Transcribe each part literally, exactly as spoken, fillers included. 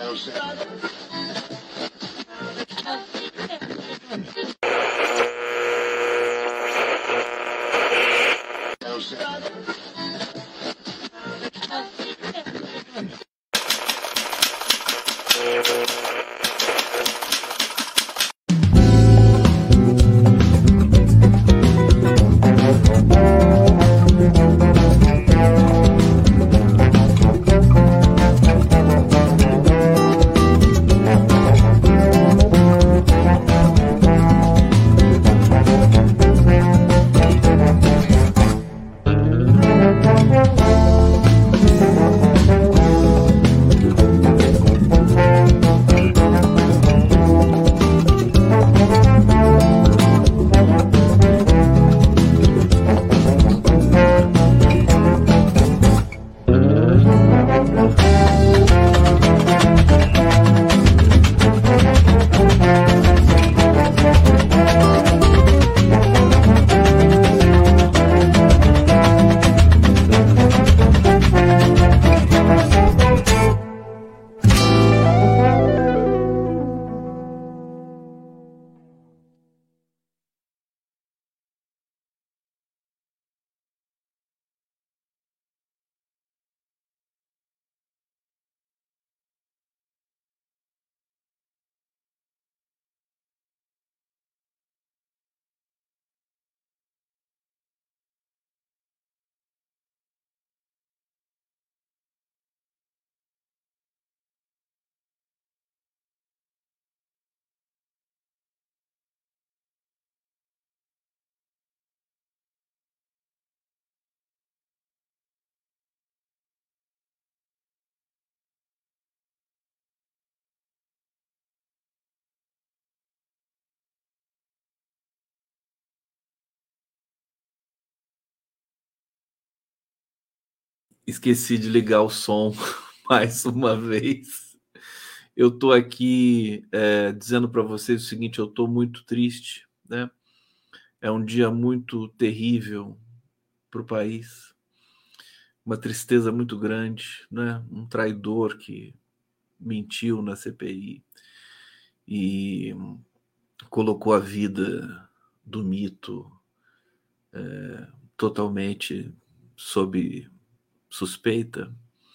Esqueci de ligar o som mais uma vez. Eu tô aqui é, dizendo para vocês o seguinte: eu tô muito triste, né? É um dia muito terrível para o país, uma tristeza muito grande, né? Um traidor que mentiu na C P I e colocou a vida do mito é, totalmente sob suspeita,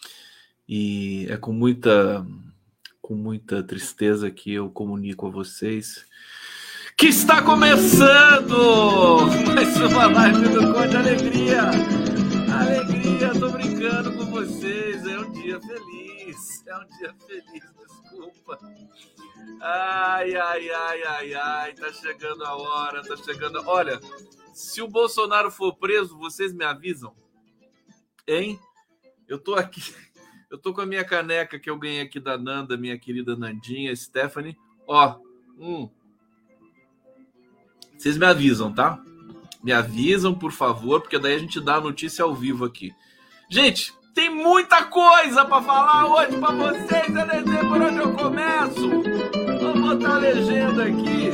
e é com muita com muita tristeza que eu comunico a vocês que está começando mais uma live do Conde Alegria. Alegria, tô brincando com vocês, é um dia feliz, é um dia feliz, desculpa. Ai, ai, ai, ai, ai, tá chegando a hora, tá chegando a... Olha, se o Bolsonaro for preso, vocês me avisam? Hein? Eu tô aqui, eu tô com a minha caneca que eu ganhei aqui da Nanda, minha querida Nandinha, Stephanie. Ó, hum. Vocês me avisam, tá? Me avisam, por favor, porque daí a gente dá a notícia ao vivo aqui. Gente, tem muita coisa pra falar hoje pra vocês. Eu nem sei por onde eu começo. Vamos botar a legenda aqui.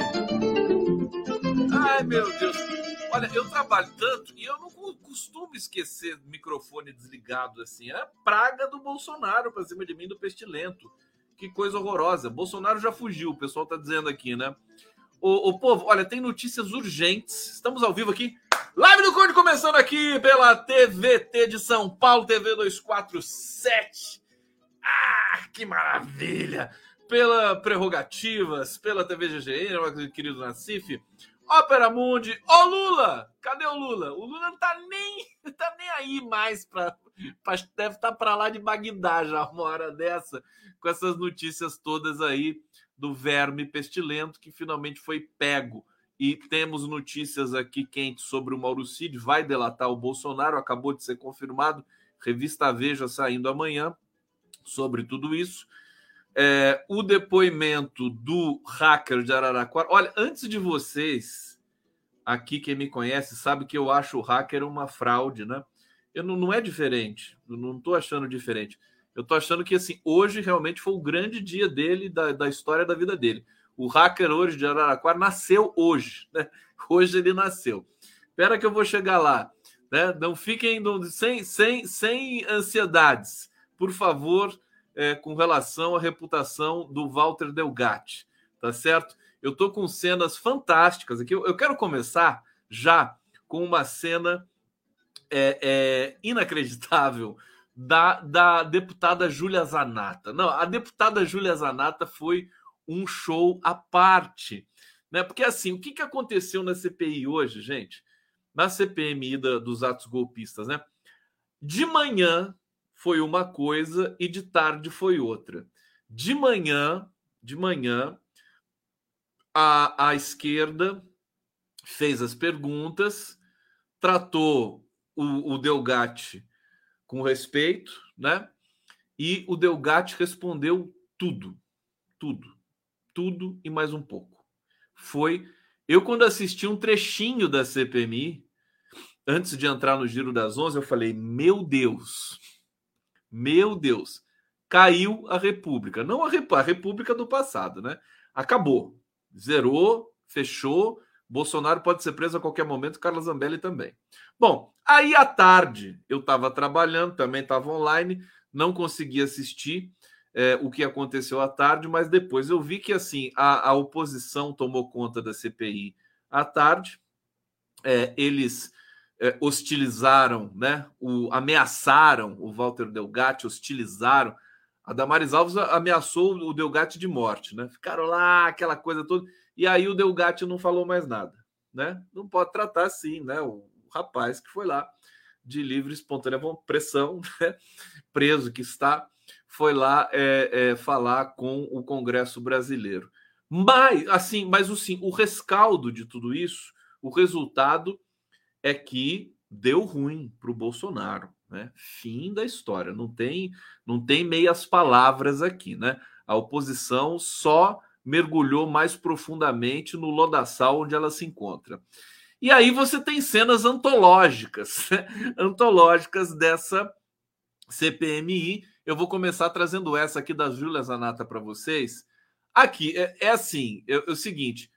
Ai, meu Deus. Olha, eu trabalho tanto e eu não costumo esquecer o microfone desligado assim. É a praga do Bolsonaro pra cima de mim, do pestilento. Que coisa horrorosa. Bolsonaro já fugiu, o pessoal tá dizendo aqui, né? O, o povo, olha, tem notícias urgentes. Estamos ao vivo aqui. Live do Conde começando aqui pela T V T de São Paulo, T V duzentos e quarenta e sete. Ah, que maravilha! Pela Prerrogativas, pela T V G G N, meu querido Nassif. Ópera Mundi. Ô, Lula! Cadê o Lula? O Lula não tá nem, tá nem aí mais. Pra, pra, deve estar para lá de Bagdá já uma hora dessa, com essas notícias todas aí do verme pestilento que finalmente foi pego. E temos notícias aqui quentes sobre o Mauro Cid, vai delatar o Bolsonaro, acabou de ser confirmado, revista Veja saindo amanhã sobre tudo isso. É, o depoimento do hacker de Araraquara. Olha, antes de vocês, aqui quem me conhece sabe que eu acho o hacker uma fraude, né? Eu não, não é diferente, eu não estou achando diferente. Eu tô achando que, assim, hoje realmente foi o grande dia dele, da, da história da vida dele. O hacker hoje de Araraquara nasceu hoje, né? Hoje ele nasceu. Espera que eu vou chegar lá, né? Não fiquem no, sem, sem, sem ansiedades. Por favor, é, com relação à reputação do Walter Delgatti, tá certo? Eu tô com cenas fantásticas aqui. Eu, eu quero começar já com uma cena é, é, inacreditável da, da deputada Júlia Zanatta. Não, a deputada Júlia Zanatta foi um show à parte, né? Porque assim, o que, que aconteceu na C P I hoje, gente? Na C P M I da, dos atos golpistas, né? De manhã foi uma coisa e de tarde foi outra. De manhã, de manhã, a, a esquerda fez as perguntas, tratou o, o Delgatti com respeito, né? E o Delgatti respondeu tudo, tudo, tudo e mais um pouco. Foi. Eu, quando assisti um trechinho da C P M I, antes de entrar no Giro das Onze, eu falei: meu Deus, meu Deus, caiu a República. Não a, Rep... a República do passado, né? Acabou, zerou, fechou. Bolsonaro pode ser preso a qualquer momento, Carla Zambelli também. Bom, aí à tarde eu estava trabalhando, também estava online, não consegui assistir é, o que aconteceu à tarde, mas depois eu vi que assim a, a oposição tomou conta da C P I à tarde, é, eles é, hostilizaram, né, o, ameaçaram o Walter Delgatti, hostilizaram. A Damares Alves ameaçou o Delgatti de morte, né? Ficaram lá, aquela coisa toda. E aí o Delgatti não falou mais nada, né? Não pode tratar assim, né? O rapaz que foi lá de livre, espontânea pressão, né? Preso que está, foi lá é, é, falar com o Congresso brasileiro. Mas, assim, mas assim, o rescaldo de tudo isso, o resultado é que deu ruim para o Bolsonaro, né? Fim da história. Não tem, não tem meias palavras aqui, né? A oposição só mergulhou mais profundamente no lodaçal onde ela se encontra. E aí você tem cenas antológicas, né? Antológicas dessa C P M I. Eu vou começar trazendo essa aqui da Júlia Zanatta para vocês. Aqui, é, é assim, é, é o seguinte.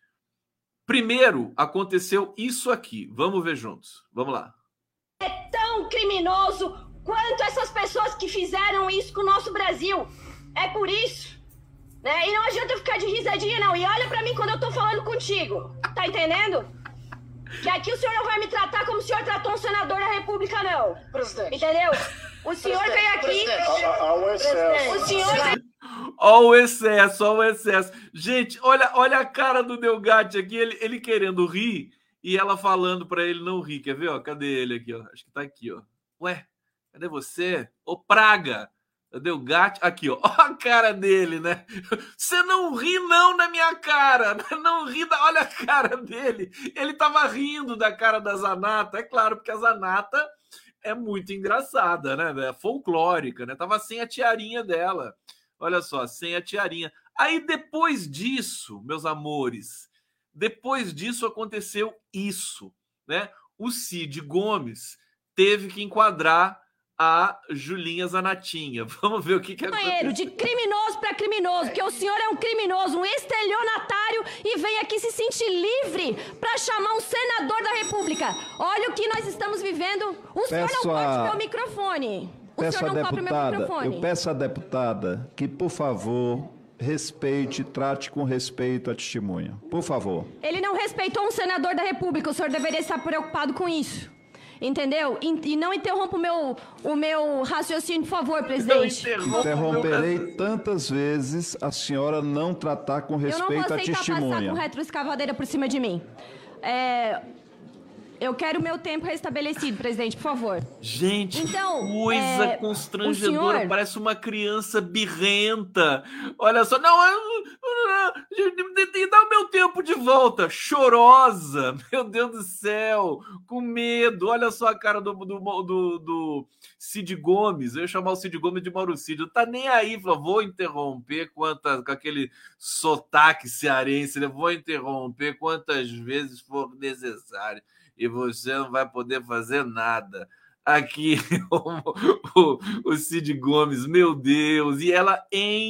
Primeiro, aconteceu isso aqui. Vamos ver juntos. Vamos lá. É tão criminoso quanto essas pessoas que fizeram isso com o nosso Brasil. É por isso, né? E não adianta ficar de risadinha, não. E olha pra mim quando eu tô falando contigo. Tá entendendo? Que aqui o senhor não vai me tratar como o senhor tratou um senador da República, não. Presidente. Entendeu? O senhor Presidente, veio aqui... Ao excesso. O senhor veio... Olha o excesso, olha o excesso. Gente, olha, olha a cara do Delgatti aqui, ele, ele querendo rir e ela falando para ele não rir. Quer ver? Ó? Cadê ele aqui? Ó? Acho que tá aqui. Ó. Ué, cadê você? Ô, praga! Delgatti, aqui, ó. Olha a cara dele, né? Você não ri não na minha cara. Não ri da... Olha a cara dele. Ele tava rindo da cara da Zanatta. É claro, porque a Zanatta é muito engraçada, né? É folclórica, né? Tava sem a tiarinha dela. Olha só, sem a tiarinha. Aí depois disso, meus amores, depois disso aconteceu isso, né? O Cid Gomes teve que enquadrar a Julinha Zanatinha. Vamos ver o que que aconteceu. De criminoso para criminoso, porque o senhor é um criminoso, um estelionatário e vem aqui se sentir livre para chamar um senador da República. Olha o que nós estamos vivendo. O Peço senhor não a... corte meu microfone. O Peço senhor à não cobre meu deputada, microfone. eu peço à deputada que, por favor, respeite, trate com respeito a testemunha. Por favor. Ele não respeitou um senador da República, o senhor deveria estar preocupado com isso. Entendeu? E não interrompa o meu, o meu raciocínio, por favor, presidente. Interromperei tantas vezes a senhora não tratar com respeito à testemunha. Eu não vou aceitar passar com retroescavadeira por cima de mim. É... Eu quero o meu tempo restabelecido, presidente, por favor. Gente, então, coisa é, constrangedora. senhor... Parece uma criança birrenta. Olha só. Não, dá o meu tempo de volta. Chorosa. Meu Deus do céu. Com medo. Olha só a cara do, do, do, do Cid Gomes. Eu ia chamar o Cid Gomes de Mauro Cid. Não tá nem aí. Falou, vou interromper quantas, com aquele sotaque cearense. Né? Vou interromper quantas vezes for necessário. E você não vai poder fazer nada. Aqui, o, o, o Cid Gomes, meu Deus, e ela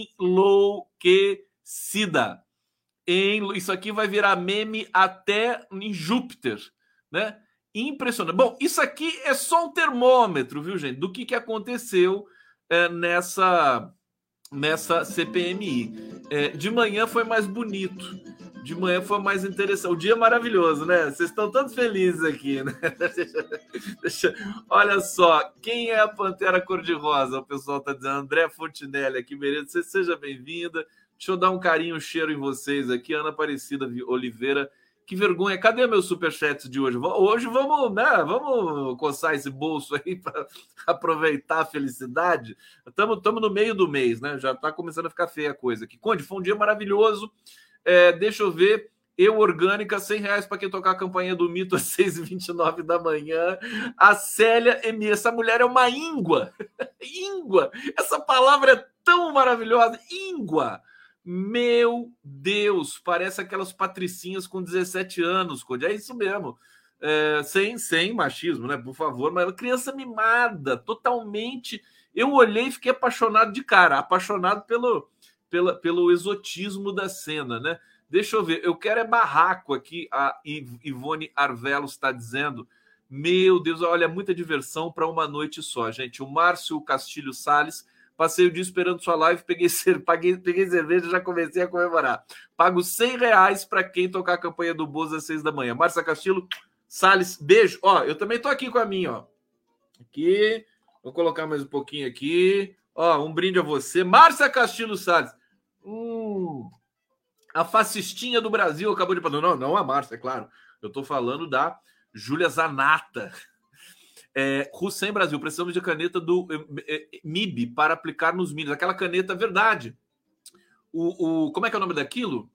enlouquecida. Enlou... Isso aqui vai virar meme até em Júpiter, né? Impressionante. Bom, isso aqui é só um termômetro, viu, gente, do que, que aconteceu é, nessa, nessa C P M I. É, de manhã foi mais bonito, de manhã foi mais interessante. O dia é maravilhoso, né? Vocês estão todos felizes aqui, né? Deixa, deixa... Olha só, quem é a Pantera Cor-de-Rosa? O pessoal está dizendo, André Fontinelli aqui, beleza? Seja bem-vinda. Deixa eu dar um carinho, um cheiro em vocês aqui. Ana Aparecida Oliveira, que vergonha. Cadê meus superchats de hoje? Hoje vamos, né? Vamos coçar esse bolso aí para aproveitar a felicidade. Estamos no meio do mês, né? Já está começando a ficar feia a coisa aqui. Conde, foi um dia maravilhoso. É, deixa eu ver. Eu Orgânica, cem reais para quem tocar a campanha do Mito às seis e vinte e nove da manhã. A Célia Emi, essa mulher é uma íngua. Íngua. Essa palavra é tão maravilhosa. Íngua. Meu Deus, parece aquelas patricinhas com dezessete anos, Conde. É isso mesmo. É, sem, sem machismo, né? Por favor, mas ela criança mimada, totalmente. Eu olhei e fiquei apaixonado de cara, apaixonado pelo, pela, pelo exotismo da cena, né? Deixa eu ver, eu quero é barraco aqui, a Ivone Arvelos está dizendo. Meu Deus, olha, muita diversão para uma noite só, gente. O Márcio Castilho Salles. Passei o dia esperando sua live, peguei, paguei, peguei cerveja e já comecei a comemorar. Pago cem reais para quem tocar a campanha do Bozo às seis da manhã. Márcia Castilho, Salles, beijo. Ó, eu também tô aqui com a minha, ó. Aqui, vou colocar mais um pouquinho aqui. Ó, um brinde a você. Márcia Castilho Salles. Hum, a fascistinha do Brasil acabou de... Não, não a Márcia, é claro. Eu tô falando da Júlia Zanata. É, Hussein Brasil, precisamos de caneta do é, é, M I B para aplicar nos milhos. Aquela caneta, verdade. O, o, como é que é o nome daquilo?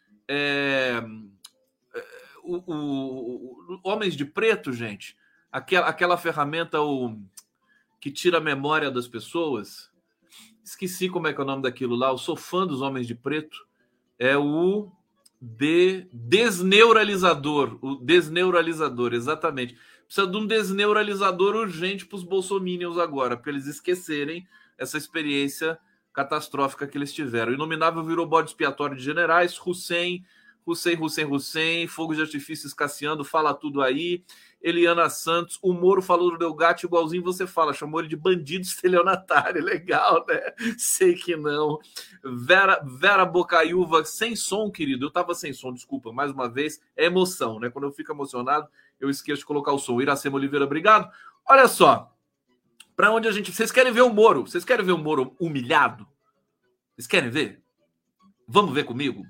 É, é, o, o, o, Homens de Preto, gente. Aquela, aquela ferramenta o, que tira a memória das pessoas. Esqueci como é que é o nome daquilo lá. Eu sou fã dos Homens de Preto. É o de, desneuralizador. O desneuralizador, exatamente. Precisa de um desneuralizador urgente para os bolsominions agora, para eles esquecerem essa experiência catastrófica que eles tiveram. O Inominável virou bode expiatório de generais. Hussein, Hussein, Hussein, Hussein, fogo de artifício escasseando, fala tudo aí. Eliana Santos, o Moro falou do Delgatti igualzinho você fala, chamou ele de bandido estelionatário. Legal, né? Sei que não. Vera, Vera Bocaiúva, sem som, querido. Eu tava sem som, desculpa, mais uma vez. É emoção, né? Quando eu fico emocionado, eu esqueço de colocar o som. Iracema Oliveira, obrigado. Olha só, para onde a gente... Vocês querem ver o Moro? Vocês querem ver o Moro humilhado? Vocês querem ver? Vamos ver comigo?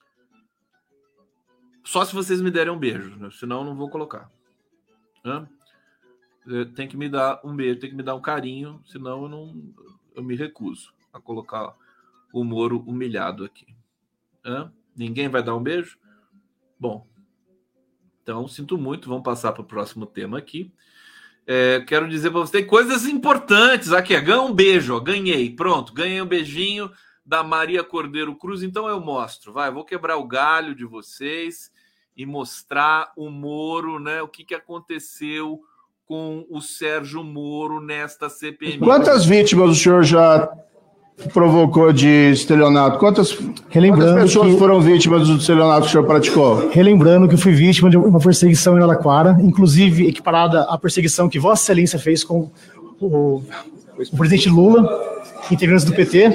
Só se vocês me derem um beijo, né? Senão eu não vou colocar. Hã? Tem que me dar um beijo, tem que me dar um carinho, senão eu não... Eu me recuso a colocar o Moro humilhado aqui. Hã? Ninguém vai dar um beijo? Bom... Então, sinto muito, vamos passar para o próximo tema aqui. É, quero dizer para vocês, tem coisas importantes aqui. Ganha um beijo, ó, ganhei, pronto, ganhei um beijinho da Maria Cordeiro Cruz. Então eu mostro, vai, vou quebrar o galho de vocês e mostrar o Moro, né? O que, que aconteceu com o Sérgio Moro nesta C P M I. Quantas vítimas o senhor já provocou de estelionato? Quantas, quantas pessoas que, foram vítimas do estelionato que o senhor praticou? Relembrando que eu fui vítima de uma perseguição em Araraquara, inclusive equiparada à perseguição que Vossa Excelência fez com o, o presidente Lula, integrantes do P T,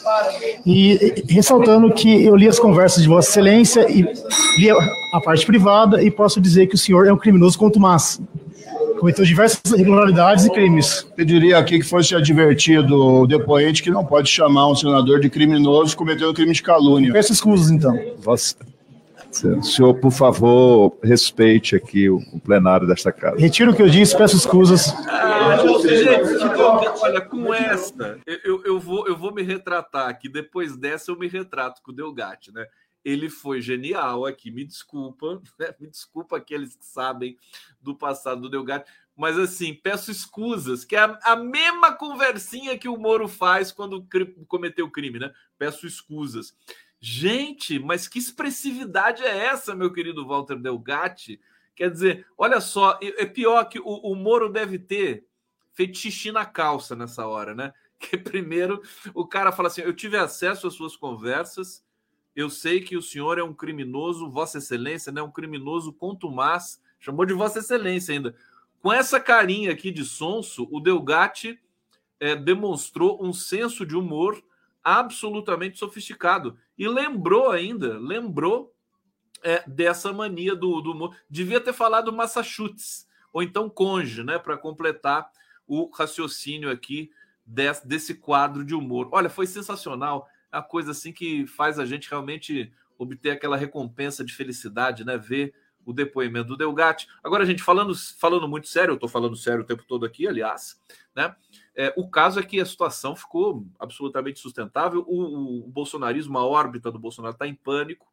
e ressaltando que eu li as conversas de Vossa Excelência e li a parte privada e posso dizer que o senhor é um criminoso contumaz. Cometeu diversas irregularidades e crimes. Pediria aqui que fosse advertido o depoente que não pode chamar um senador de criminoso cometendo crime de calúnia. Peço escusas, então. Você, senhor, por favor, respeite aqui o, o plenário desta casa. Retiro o que eu disse, peço escusas. Ah, gente, olha, com esta, eu, eu, vou, eu vou me retratar aqui. Depois dessa, eu me retrato com o Delgatti, né? Ele foi genial aqui, me desculpa, né? Me desculpa aqueles que sabem do passado do Delgatti, mas assim, peço escusas, que é a, a mesma conversinha que o Moro faz quando cometeu o crime, né? Peço escusas. Gente, mas que expressividade é essa, meu querido Walter Delgatti? Quer dizer, olha só, é pior que o, o Moro deve ter feito xixi na calça nessa hora, né? Que primeiro o cara fala assim, eu tive acesso às suas conversas, eu sei que o senhor é um criminoso, Vossa Excelência, né? Um criminoso contumaz, chamou de Vossa Excelência ainda. Com essa carinha aqui de sonso, o Delgatti é, demonstrou um senso de humor absolutamente sofisticado. E lembrou ainda, lembrou é, dessa mania do, do... Devia ter falado Massachusetts, ou então Conge, né, para completar o raciocínio aqui desse, desse quadro de humor. Olha, foi sensacional, a coisa assim que faz a gente realmente obter aquela recompensa de felicidade, né, ver o depoimento do Delgatti. Agora, gente, falando, falando muito sério, eu estou falando sério o tempo todo aqui, aliás, né? É, o caso é que a situação ficou absolutamente sustentável. O, o, o bolsonarismo, a órbita do Bolsonaro está em pânico.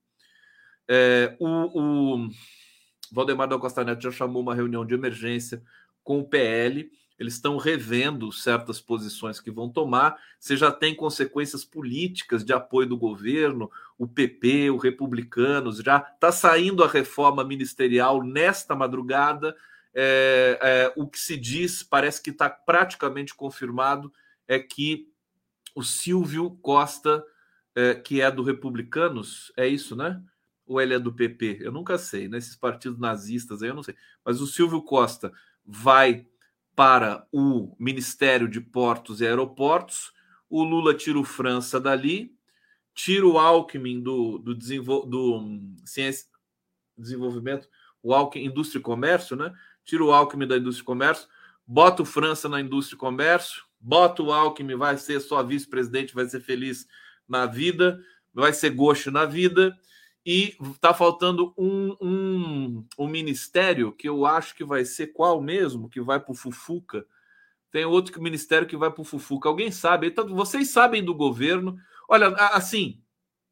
É, o, o Valdemar da Costa Neto já chamou uma reunião de emergência com o P L. Eles estão revendo certas posições que vão tomar. Você já tem consequências políticas de apoio do governo, o P P, o Republicanos, já está saindo a reforma ministerial nesta madrugada. É, é, o que se diz, parece que está praticamente confirmado, é que o Silvio Costa, é, que é do Republicanos, é isso, né? Ou ele é do P P? Eu nunca sei, né? Esses partidos nazistas aí eu não sei. Mas o Silvio Costa vai para o Ministério de Portos e Aeroportos, o Lula tira o França dali, tira o Alckmin do, do, desenvol, do ciência, desenvolvimento, o Alckmin, Indústria e Comércio, né? Tira o Alckmin da Indústria e Comércio, bota o França na Indústria e Comércio, bota o Alckmin, vai ser só vice-presidente, vai ser feliz na vida, vai ser gosto na vida, e está faltando um, um, um ministério que eu acho que vai ser qual mesmo, que vai para o Fufuca. Tem outro ministério que vai para o Fufuca. Alguém sabe? Então, vocês sabem do governo. Olha, assim,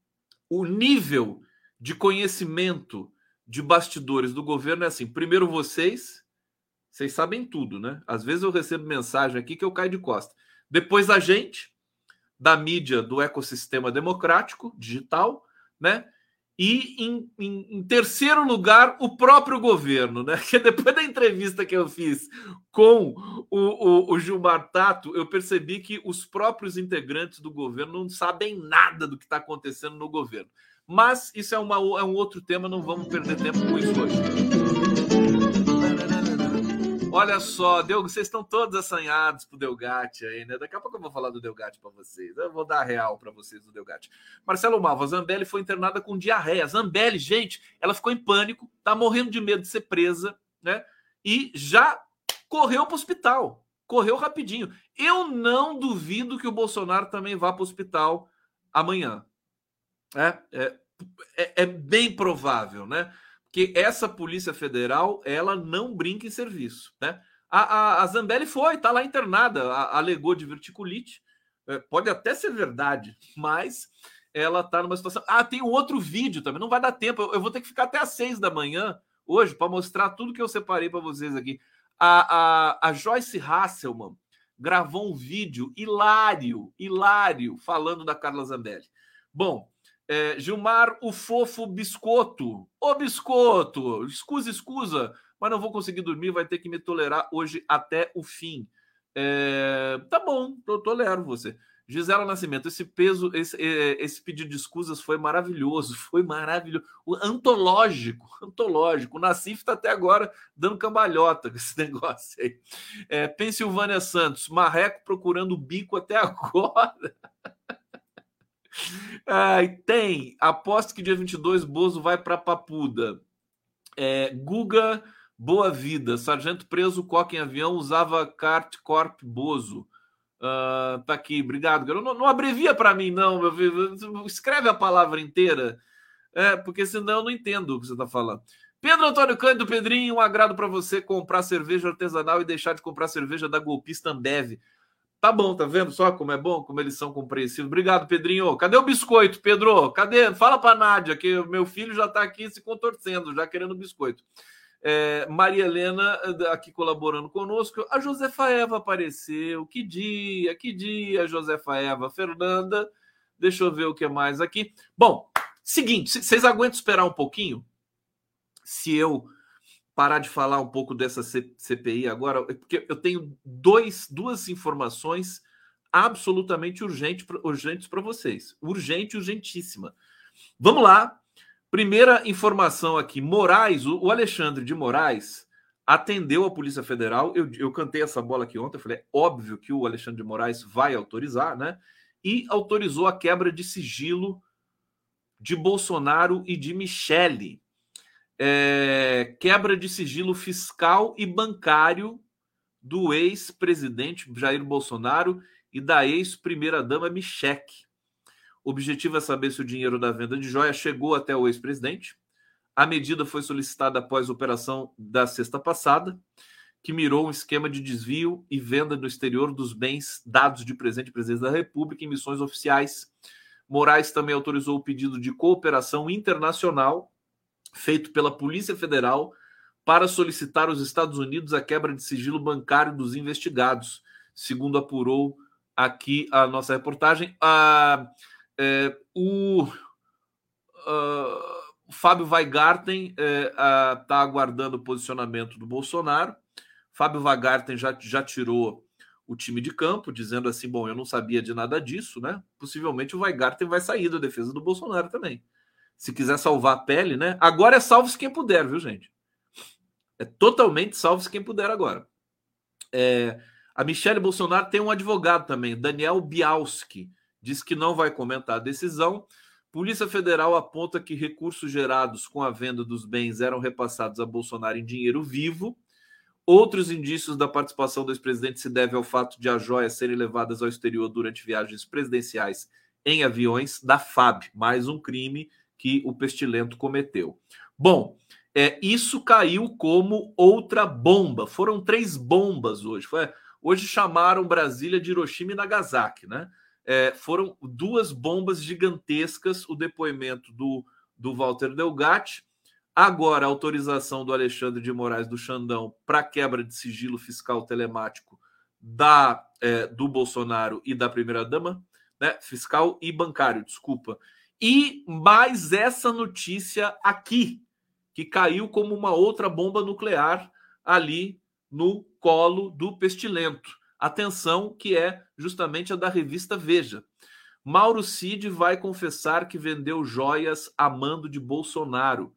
o nível de conhecimento de bastidores do governo é assim. Primeiro vocês, vocês sabem tudo, né? Às vezes eu recebo mensagem aqui que eu caio de costa. Depois a gente, da mídia do ecossistema democrático, digital, né? E, em, em, em terceiro lugar, o próprio governo, né? Que depois da entrevista que eu fiz com o, o, o Gilmar Tato, eu percebi que os próprios integrantes do governo não sabem nada do que está acontecendo no governo. Mas isso é, uma, é um outro tema, não vamos perder tempo com isso hoje. Olha só, Deu, vocês estão todos assanhados pro Delgatti aí, né? Daqui a pouco eu vou falar do Delgatti para vocês. Eu vou dar a real para vocês do Delgatti. Marcelo Malva, Zambelli foi internada com diarreia. Zambelli, gente, ela ficou em pânico, tá morrendo de medo de ser presa, né? E já correu para o hospital. Correu rapidinho. Eu não duvido que o Bolsonaro também vá para o hospital amanhã. É, é, é, é bem provável, né? Que essa Polícia Federal, ela não brinca em serviço, né? A, a, a Zambelli foi, tá lá internada, a, alegou diverticulite, é, pode até ser verdade, mas ela tá numa situação... Ah, tem um outro vídeo também, não vai dar tempo, eu, eu vou ter que ficar até às seis da manhã hoje para mostrar tudo que eu separei para vocês aqui. A, a, a Joyce Hasselman gravou um vídeo hilário, hilário, falando da Carla Zambelli. Bom... É, Gilmar, o fofo biscoito. Ô, biscoito, escusa, escusa, mas não vou conseguir dormir, vai ter que me tolerar hoje até o fim. É, tá bom, eu tolero você. Gisela Nascimento, esse peso, esse, esse pedido de escusas foi maravilhoso, foi maravilhoso, antológico, antológico. O Nassif está até agora dando cambalhota com esse negócio aí. É, Pensilvânia Santos, Marreco procurando o bico até agora. Ai, tem. Aposto que dia vinte e dois Bozo vai para Papuda. É, Guga, boa vida. Sargento preso, coca em avião, usava kart corp Bozo. Uh, tá aqui, obrigado. Não, não abrevia para mim, não. Meu filho. Escreve a palavra inteira, é, porque senão eu não entendo o que você está falando. Pedro Antônio Cândido, Pedrinho, um agrado para você comprar cerveja artesanal e deixar de comprar cerveja da golpista Ambev. Tá bom, tá vendo só como é bom, como eles são compreensivos. Obrigado, Pedrinho. Cadê o biscoito, Pedro? Cadê? Fala pra Nádia, que o meu filho já tá aqui se contorcendo, já querendo biscoito. É, Maria Helena aqui colaborando conosco. A Josefa Eva apareceu. Que dia, que dia, Josefa Eva. Fernanda, deixa eu ver o que mais aqui. Bom, seguinte, vocês aguentam esperar um pouquinho? Se eu... parar de falar um pouco dessa C P I agora, porque eu tenho dois, duas informações absolutamente urgente, urgentes para vocês. Urgente, urgentíssima. Vamos lá. Primeira informação aqui. Moraes, o Alexandre de Moraes atendeu a Polícia Federal. Eu, eu cantei essa bola aqui ontem. Eu falei, é óbvio que o Alexandre de Moraes vai autorizar, né? e autorizou a quebra de sigilo de Bolsonaro e de Michele. É, quebra de sigilo fiscal e bancário do ex-presidente Jair Bolsonaro e da ex-primeira-dama Michele. O objetivo é saber se o dinheiro da venda de joia chegou até o ex-presidente. A medida foi solicitada após a operação da sexta passada, que mirou um esquema de desvio e venda no exterior dos bens dados de presente à presidência da República em missões oficiais. Moraes também autorizou o pedido de cooperação internacional feito pela Polícia Federal para solicitar aos Estados Unidos a quebra de sigilo bancário dos investigados, segundo apurou aqui a nossa reportagem. Ah, é, o, ah, o Fábio Weingarten está é, ah, aguardando o posicionamento do Bolsonaro. Fábio Weingarten já, já tirou o time de campo, dizendo assim, bom, eu não sabia de nada disso, né? Possivelmente o Weingarten vai sair da defesa do Bolsonaro também. Se quiser salvar a pele, né? Agora é salve-se quem puder, viu, gente? É totalmente salve-se quem puder agora. É, a Michele Bolsonaro tem um advogado também, Daniel Bialski, diz que não vai comentar a decisão. Polícia Federal aponta que recursos gerados com a venda dos bens eram repassados a Bolsonaro em dinheiro vivo. Outros indícios da participação do ex-presidente se devem ao fato de as joias serem levadas ao exterior durante viagens presidenciais em aviões da F A B, mais um crime que o Pestilento cometeu. Bom, é, isso caiu como outra bomba. Foram três bombas hoje. Foi, hoje chamaram Brasília de Hiroshima e Nagasaki, né? É, foram duas bombas gigantescas, o depoimento do, do Walter Delgatti. Agora, a autorização do Alexandre de Moraes do Xandão para quebra de sigilo fiscal telemático da, é, do Bolsonaro e da primeira-dama, né? Fiscal e bancário, desculpa. E mais essa notícia aqui, que caiu como uma outra bomba nuclear ali no colo do Pestilento. Atenção, que é justamente a da revista Veja. Mauro Cid vai confessar que vendeu joias a mando de Bolsonaro.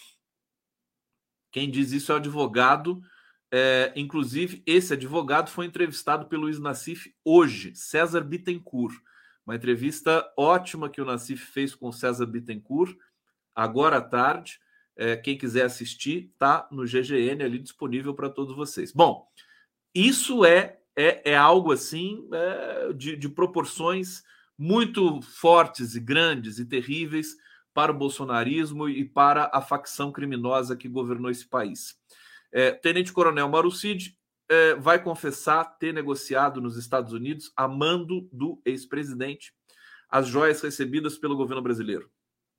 Quem diz isso é o advogado. É, inclusive, esse advogado foi entrevistado pelo Luiz Nassif hoje, César Bittencourt. Uma entrevista ótima que o Nassif fez com César Bittencourt, agora à tarde. É, quem quiser assistir, está no G G N ali disponível para todos vocês. Bom, isso é, é, é algo assim é, de, de proporções muito fortes e grandes e terríveis para o bolsonarismo e para a facção criminosa que governou esse país. É, Tenente Coronel Mauro Cid é, vai confessar ter negociado nos Estados Unidos, a mando do ex-presidente, as joias recebidas pelo governo brasileiro.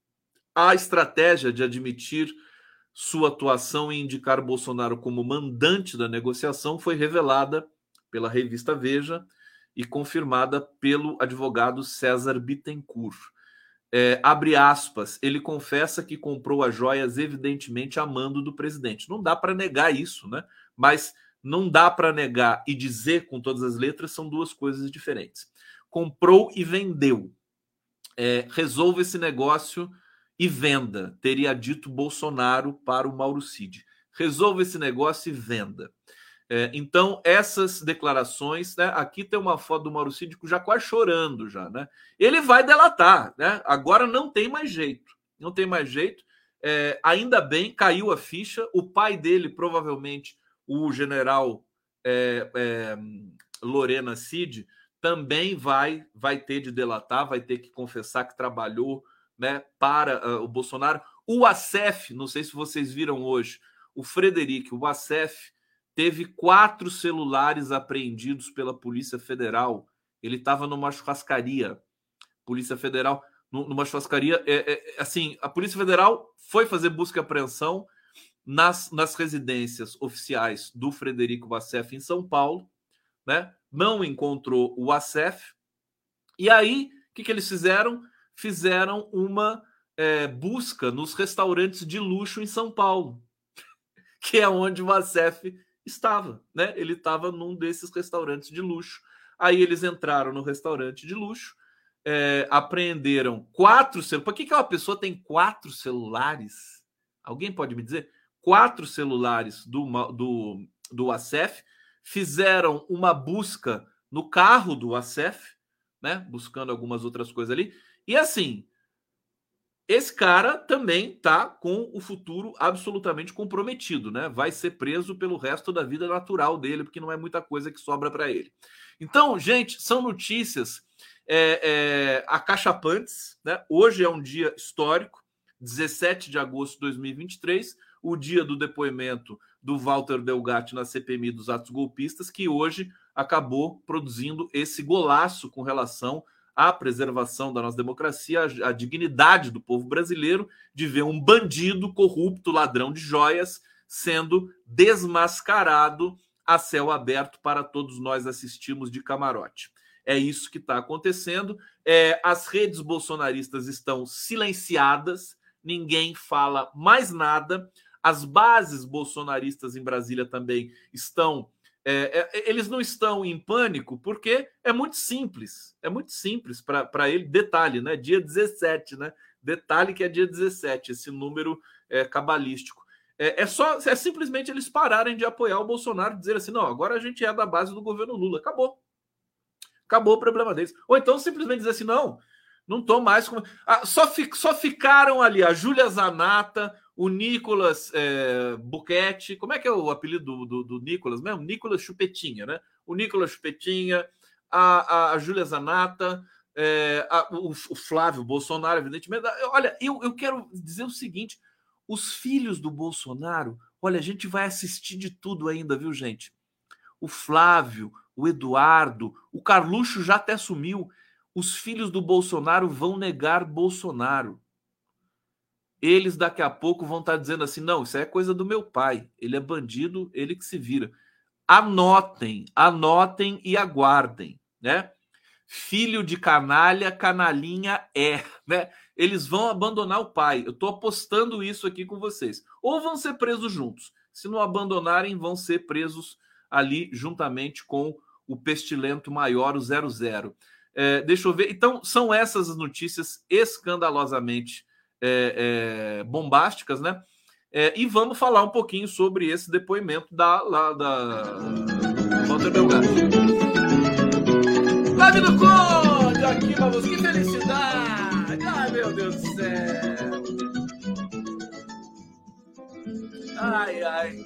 A estratégia de admitir sua atuação e indicar Bolsonaro como mandante da negociação foi revelada pela revista Veja e confirmada pelo advogado César Bittencourt. É, abre aspas, ele confessa que comprou as joias evidentemente a mando do presidente. Não dá para negar isso, né? Mas não dá para negar e dizer com todas as letras são duas coisas diferentes. Comprou e vendeu. É, resolva esse negócio e venda, teria dito Bolsonaro para o Mauro Cid. Resolva esse negócio e venda. É, então, essas declarações, né? Aqui tem uma foto do Mauro Cid já quase chorando, já, né? Ele vai delatar, né? Agora não tem mais jeito. Não tem mais jeito. É, ainda bem, caiu a ficha. O pai dele, provavelmente, o general é, é, Lorena Cid, também vai, vai ter de delatar, vai ter que confessar que trabalhou, né, para uh, o Bolsonaro. O Acef, não sei se vocês viram hoje, o Frederico, o Acef, teve quatro celulares apreendidos pela Polícia Federal. Ele estava numa churrascaria. Polícia Federal, numa churrascaria. É, é, assim, a Polícia Federal foi fazer busca e apreensão nas, nas residências oficiais do Frederico Acef em São Paulo, né? Não encontrou o Acef. E aí, o que, que eles fizeram? Fizeram uma é, busca nos restaurantes de luxo em São Paulo, que é onde o Acef estava, né? Ele estava num desses restaurantes de luxo. Aí eles entraram no restaurante de luxo, é, apreenderam quatro celulares. Por que, que uma pessoa tem quatro celulares? Alguém pode me dizer? Quatro celulares do, do, do Acef. Fizeram uma busca no carro do Acef, né? Buscando algumas outras coisas ali. E assim, esse cara também tá com o futuro absolutamente comprometido, né? Vai ser preso pelo resto da vida natural dele, porque não é muita coisa que sobra para ele. Então, gente, são notícias é, é, acachapantes, né? Hoje é um dia histórico, dezessete de agosto de dois mil e vinte e três, o dia do depoimento do Walter Delgatti na C P M I dos atos golpistas, que hoje acabou produzindo esse golaço com relação à preservação da nossa democracia, a, a dignidade do povo brasileiro de ver um bandido corrupto, ladrão de joias, sendo desmascarado a céu aberto para todos nós assistirmos de camarote. É isso que está acontecendo. É, as redes bolsonaristas estão silenciadas, ninguém fala mais nada. As bases bolsonaristas em Brasília também estão... É, é, eles não estão em pânico porque é muito simples. É muito simples para ele. Detalhe, né? Dia dezessete, né? Detalhe que é dia dezessete, esse número é, cabalístico. É, é só, é simplesmente eles pararem de apoiar o Bolsonaro e dizer assim, não, agora a gente é da base do governo Lula. Acabou. Acabou o problema deles. Ou então simplesmente dizer assim, não, não estou mais... Com... Ah, só, fi, só ficaram ali a Júlia Zanata, o Nicolas é, Buchetti, como é que é o apelido do, do, do Nicolas mesmo? Nicolas Chupetinha, né? O Nicolas Chupetinha, a, a, a Júlia Zanata, é, a, o, o Flávio Bolsonaro, evidentemente. Olha, eu, eu quero dizer o seguinte, os filhos do Bolsonaro, olha, a gente vai assistir de tudo ainda, viu, gente? O Flávio, o Eduardo, o Carluxo já até sumiu. Os filhos do Bolsonaro vão negar Bolsonaro. Eles daqui a pouco vão estar dizendo assim, não, isso é coisa do meu pai, ele é bandido, ele que se vira. Anotem, anotem e aguardem, né? Filho de canalha, canalinha é, né? Eles vão abandonar o pai. Eu estou apostando isso aqui com vocês. Ou vão ser presos juntos. Se não abandonarem, vão ser presos ali juntamente com o pestilento maior, o zero zero. É, deixa eu ver. Então, são essas as notícias escandalosamente É, é, bombásticas, né? É, e vamos falar um pouquinho sobre esse depoimento da, lá, da Walter Delgatti. Live do Conde, aqui, vamos, que felicidade! Ai, meu Deus do céu! Ai, ai!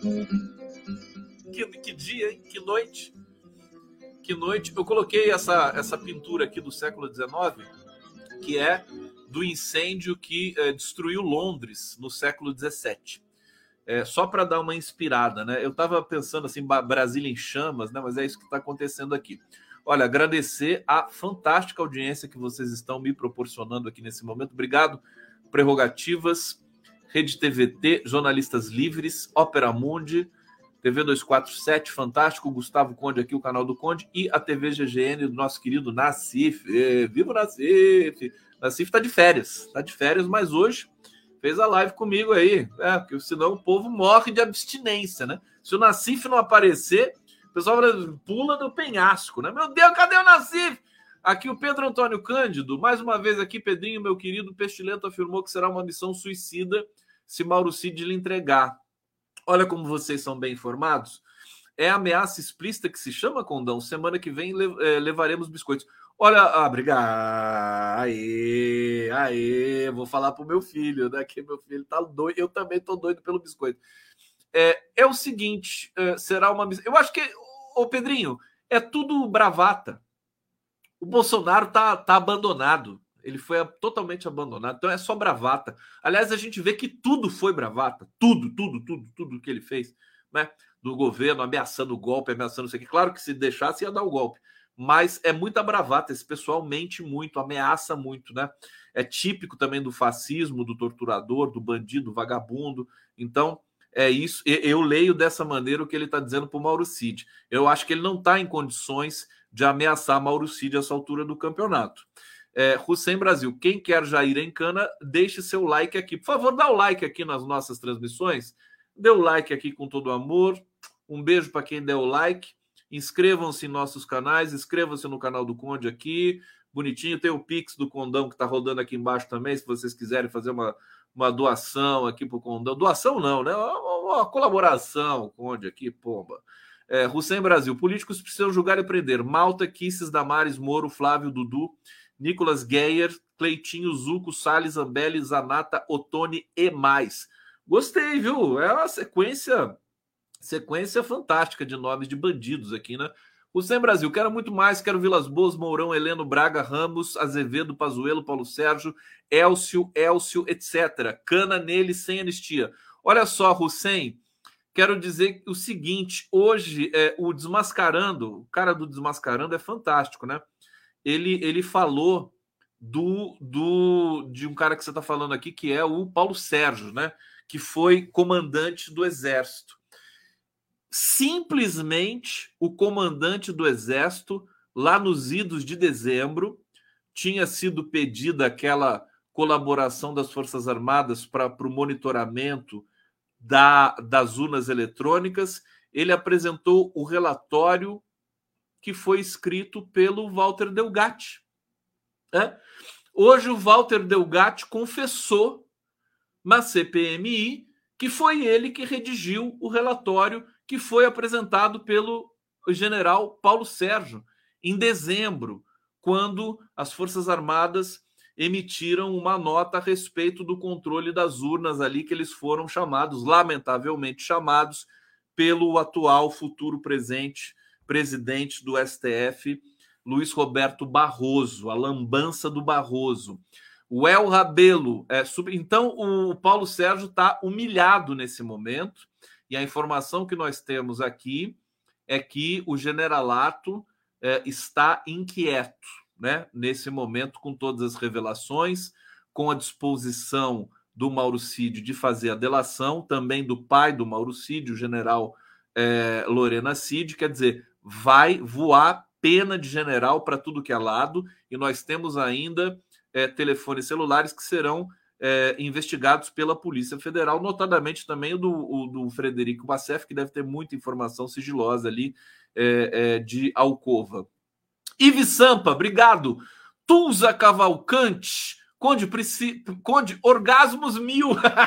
Que, que dia, hein? Que noite! Que noite! Eu coloquei essa, essa pintura aqui do século dezenove, que é do incêndio que é, destruiu Londres no século dezessete. É, só para dar uma inspirada, né? Eu estava pensando assim, Brasília em chamas, né? Mas é isso que está acontecendo aqui. Olha, agradecer a fantástica audiência que vocês estão me proporcionando aqui nesse momento. Obrigado, Prerrogativas, Rede T V T, Jornalistas Livres, Ópera Mundi, T V duzentos e quarenta e sete, fantástico, Gustavo Conde aqui, o canal do Conde, e a T V G G N do nosso querido Nassif. É, viva o Nassif! Nassif está de férias, está de férias, mas hoje fez a live comigo aí, é, porque senão o povo morre de abstinência, né? Se o Nassif não aparecer, o pessoal pula do penhasco, né? Meu Deus, cadê o Nassif? Aqui o Pedro Antônio Cândido, mais uma vez aqui, Pedrinho, meu querido, Pestilento afirmou que será uma missão suicida se Mauro Cid lhe entregar. Olha como vocês são bem informados. É ameaça explícita que se chama, Condão. Semana que vem levaremos biscoitos. Olha, ah, obrigado. Aê, aê. Vou falar pro meu filho, né? Que meu filho tá doido. Eu também tô doido pelo biscoito. É, é o seguinte, é, será uma... Eu acho que, ô Pedrinho, é tudo bravata. O Bolsonaro tá, tá abandonado. Ele foi totalmente abandonado. Então é só bravata. Aliás, a gente vê que tudo foi bravata. Tudo, tudo, tudo, tudo que ele fez, né? Do governo, ameaçando o golpe, ameaçando isso aqui. Claro que se deixasse ia dar o golpe. Mas é muita bravata, esse pessoal mente muito, ameaça muito, né? É típico também do fascismo, do torturador, do bandido, do vagabundo. Então, é isso. Eu leio dessa maneira o que ele está dizendo para o Mauro Cid. Eu acho que ele não está em condições de ameaçar Mauro Cid a essa altura do campeonato. É, Hussein Brasil, quem quer Jair em cana, deixe seu like aqui. Por favor, dá o like aqui nas nossas transmissões. Dê o like aqui com todo amor. Um beijo para quem deu o like. Inscrevam-se em nossos canais, inscrevam-se no canal do Conde aqui, bonitinho, tem o Pix do Condão que está rodando aqui embaixo também, se vocês quiserem fazer uma, uma doação aqui para o Condão, doação não, né, uma, uma colaboração, Conde aqui, pomba, É, Hussein Brasil. Políticos precisam julgar e prender. Malta, Kisses, Damares, Moro, Flávio, Dudu, Nicolas Geyer, Cleitinho, Zuco, Salles, Zambelli, Zanata, Ottoni e mais. Gostei, viu? É uma sequência, sequência fantástica de nomes de bandidos aqui, né? Hussein Brasil. Quero muito mais. Quero Vilas Boas, Mourão, Heleno, Braga, Ramos, Azevedo, Pazuello, Paulo Sérgio, Elcio, Elcio, etcétera. Cana nele sem anistia. Olha só, Hussein. Quero dizer o seguinte, hoje é, o Desmascarando, o cara do Desmascarando é fantástico, né? Ele, ele falou do, do, de um cara que você está falando aqui, que é o Paulo Sérgio, né? Que foi comandante do Exército. Simplesmente o comandante do Exército, lá nos idos de dezembro, tinha sido pedida aquela colaboração das Forças Armadas para o monitoramento Da, das urnas eletrônicas. Ele apresentou o relatório que foi escrito pelo Walter Delgatti. É? Hoje o Walter Delgatti confessou na C P M I que foi ele que redigiu o relatório que foi apresentado pelo general Paulo Sérgio em dezembro, quando as Forças Armadas emitiram uma nota a respeito do controle das urnas ali, que eles foram chamados, lamentavelmente chamados, pelo atual, futuro presente, presidente do S T F, Luiz Roberto Barroso, a lambança do Barroso. O El Rabelo. É, super... Então, o Paulo Sérgio está humilhado nesse momento, e a informação que nós temos aqui é que o generalato é, está inquieto, né, nesse momento, com todas as revelações, com a disposição do Mauro Cid de fazer a delação, também do pai do Mauro Cid, o general é, Lorena Cid, quer dizer, vai voar pena de general para tudo que é lado, e nós temos ainda é, telefones celulares que serão é, investigados pela Polícia Federal, notadamente também o do, o do Frederico Bassef, que deve ter muita informação sigilosa ali é, é, de alcova. Ives Sampa, obrigado. Tulza Cavalcante, Conde, Prisci... Conde Orgasmos Mil.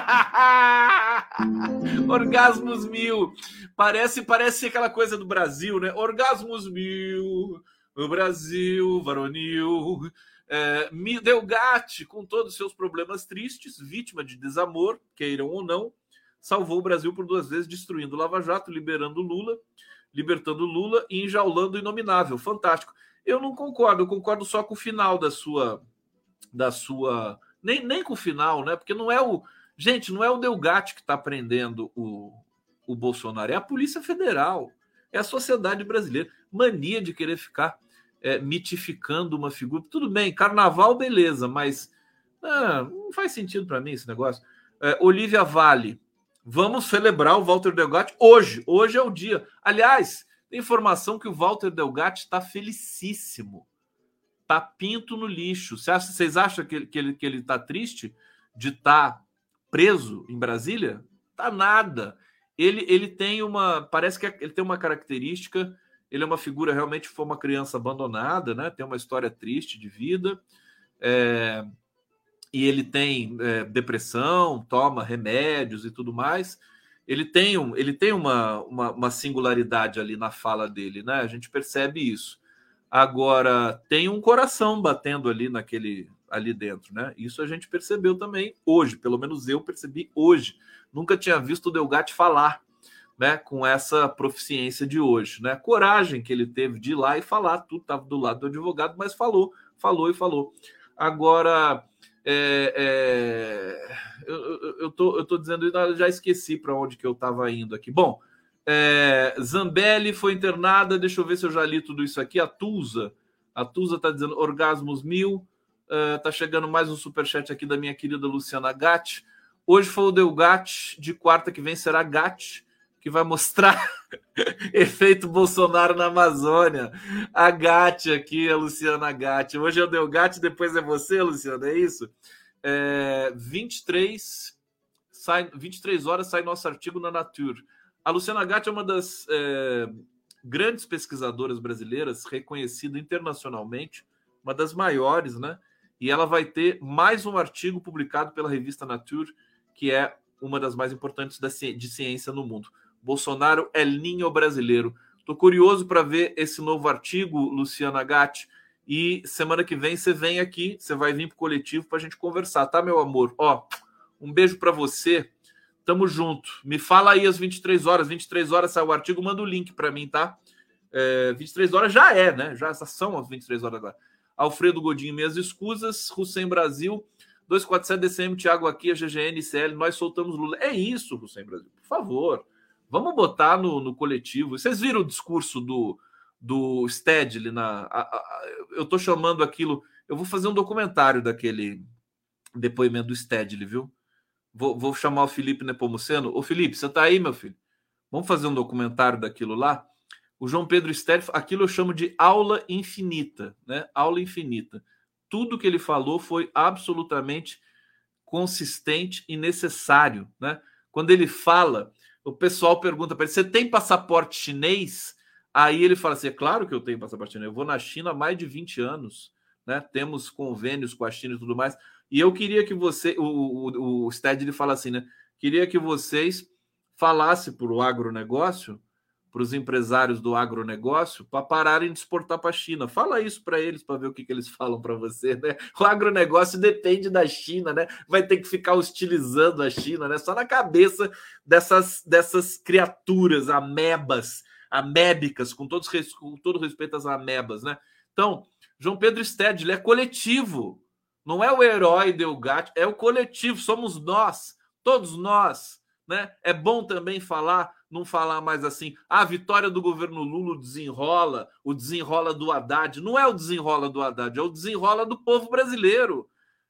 Orgasmos Mil. Parece, parece aquela coisa do Brasil, né? Orgasmos Mil, o Brasil, varonil. É, Delgatti, com todos os seus problemas tristes, vítima de desamor, queiram ou não, salvou o Brasil por duas vezes, destruindo o Lava Jato, liberando Lula, libertando Lula e enjaulando o Inominável. Fantástico. Eu não concordo, eu concordo só com o final da sua... da sua nem, nem com o final, né? Porque não é o... Gente, não é o Delgatti que está prendendo o, o Bolsonaro, é a Polícia Federal, é a sociedade brasileira. Mania de querer ficar é, mitificando uma figura. Tudo bem, carnaval, beleza, mas ah, não faz sentido para mim esse negócio. É, Olivia Vale, vamos celebrar o Walter Delgatti hoje. Hoje é o dia. Aliás, tem informação que o Walter Delgatti está felicíssimo. Tá pinto no lixo. Vocês acham que ele, que ele, que ele tá triste de estar tá preso em Brasília? Tá nada. Ele, ele tem uma... Parece que ele tem uma característica... Ele é uma figura, realmente foi uma criança abandonada, né? Tem uma história triste de vida. É, e ele tem é, depressão, toma remédios e tudo mais. Ele tem, um, ele tem uma, uma, uma singularidade ali na fala dele, né? A gente percebe isso. Agora, tem um coração batendo ali naquele ali dentro, né? Isso a gente percebeu também hoje, pelo menos eu percebi hoje. Nunca tinha visto o Delgatti falar, né, com essa proficiência de hoje, né? Coragem que ele teve de ir lá e falar, tudo estava do lado do advogado, mas falou, falou e falou. Agora, é, é, eu, eu, eu, tô, eu tô dizendo, eu já esqueci para onde que eu estava indo aqui. Bom, É, Zambelli foi internada, deixa eu ver se eu já li tudo isso aqui. A Tulza, a Tulza está dizendo orgasmos mil. Uh, tá chegando mais um superchat aqui da minha querida Luciana Gatti. Hoje foi o Delgatti, de quarta que vem será Gatti, que vai mostrar efeito Bolsonaro na Amazônia. A Gatti aqui, a Luciana Gatti. Hoje é o Delgatti, depois é você, Luciana, é isso? É, vinte e três, sai, vinte e três horas sai nosso artigo na Nature. A Luciana Gatti é uma das é, grandes pesquisadoras brasileiras, reconhecida internacionalmente, uma das maiores, né? E ela vai ter mais um artigo publicado pela revista Nature, que é uma das mais importantes da ci- de ciência no mundo. Bolsonaro é linho brasileiro. Estou curioso para ver esse novo artigo, Luciana Gatti, e semana que vem você vem aqui, você vai vir para o coletivo para a gente conversar, tá, meu amor? Ó, um beijo para você, tamo junto. Me fala aí às vinte e três horas, vinte e três horas sai o artigo, manda o link para mim, tá? É, vinte e três horas já é, né? Já são as vinte e três horas agora. Alfredo Godinho, minhas escusas, Hussein Brasil, duzentos e quarenta e sete D C M, Thiago aqui, a G G N, C L, nós soltamos Lula. É isso, Hussein Brasil, por favor. Vamos botar no, no coletivo. Vocês viram o discurso do, do Stedley? Na, a, a, eu estou chamando aquilo... Eu vou fazer um documentário daquele depoimento do Stedley, viu? Vou, vou chamar o Felipe Nepomuceno. Ô, Felipe, você está aí, meu filho? Vamos fazer um documentário daquilo lá? O João Pedro Stedley, aquilo eu chamo de aula infinita, né? Aula infinita. Tudo que ele falou foi absolutamente consistente e necessário, né? Quando ele fala... O pessoal pergunta para ele, você tem passaporte chinês? Aí ele fala assim, é claro que eu tenho passaporte chinês, eu vou na China há mais de vinte anos, né? Temos convênios com a China e tudo mais. E eu queria que você, o, o, o Stedley fala assim, né? Queria que vocês falassem para o agronegócio, para os empresários do agronegócio, para pararem de exportar para a China. Fala isso para eles, para ver o que, que eles falam para você, né? O agronegócio depende da China, né? Vai ter que ficar hostilizando a China, né? Só na cabeça dessas, dessas criaturas, amebas, amébicas, com, todos, com todo respeito às amebas, né? Então, João Pedro Stedley é coletivo. Não é o herói Delgatti, é o coletivo, somos nós, todos nós, né? É bom também falar, não falar mais assim, ah, a vitória do governo Lula desenrola, o desenrola do Haddad. Não é o desenrola do Haddad, é o desenrola do povo brasileiro.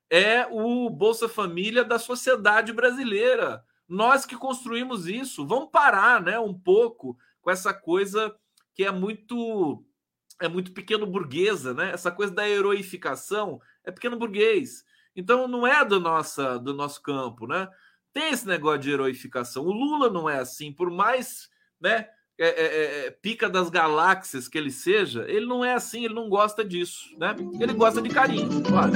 É o Bolsa Família da sociedade brasileira. Nós que construímos isso. Vamos parar, né, um pouco com essa coisa que é muito, é muito pequeno burguesa, né? Essa coisa da heroificação é pequeno burguês. Então não é do, nossa, do nosso campo, né? Tem esse negócio de heroificação. O Lula não é assim, por mais, né, é, é, é, pica das galáxias que ele seja, ele não é assim, ele não gosta disso, né? Ele gosta de carinho, claro.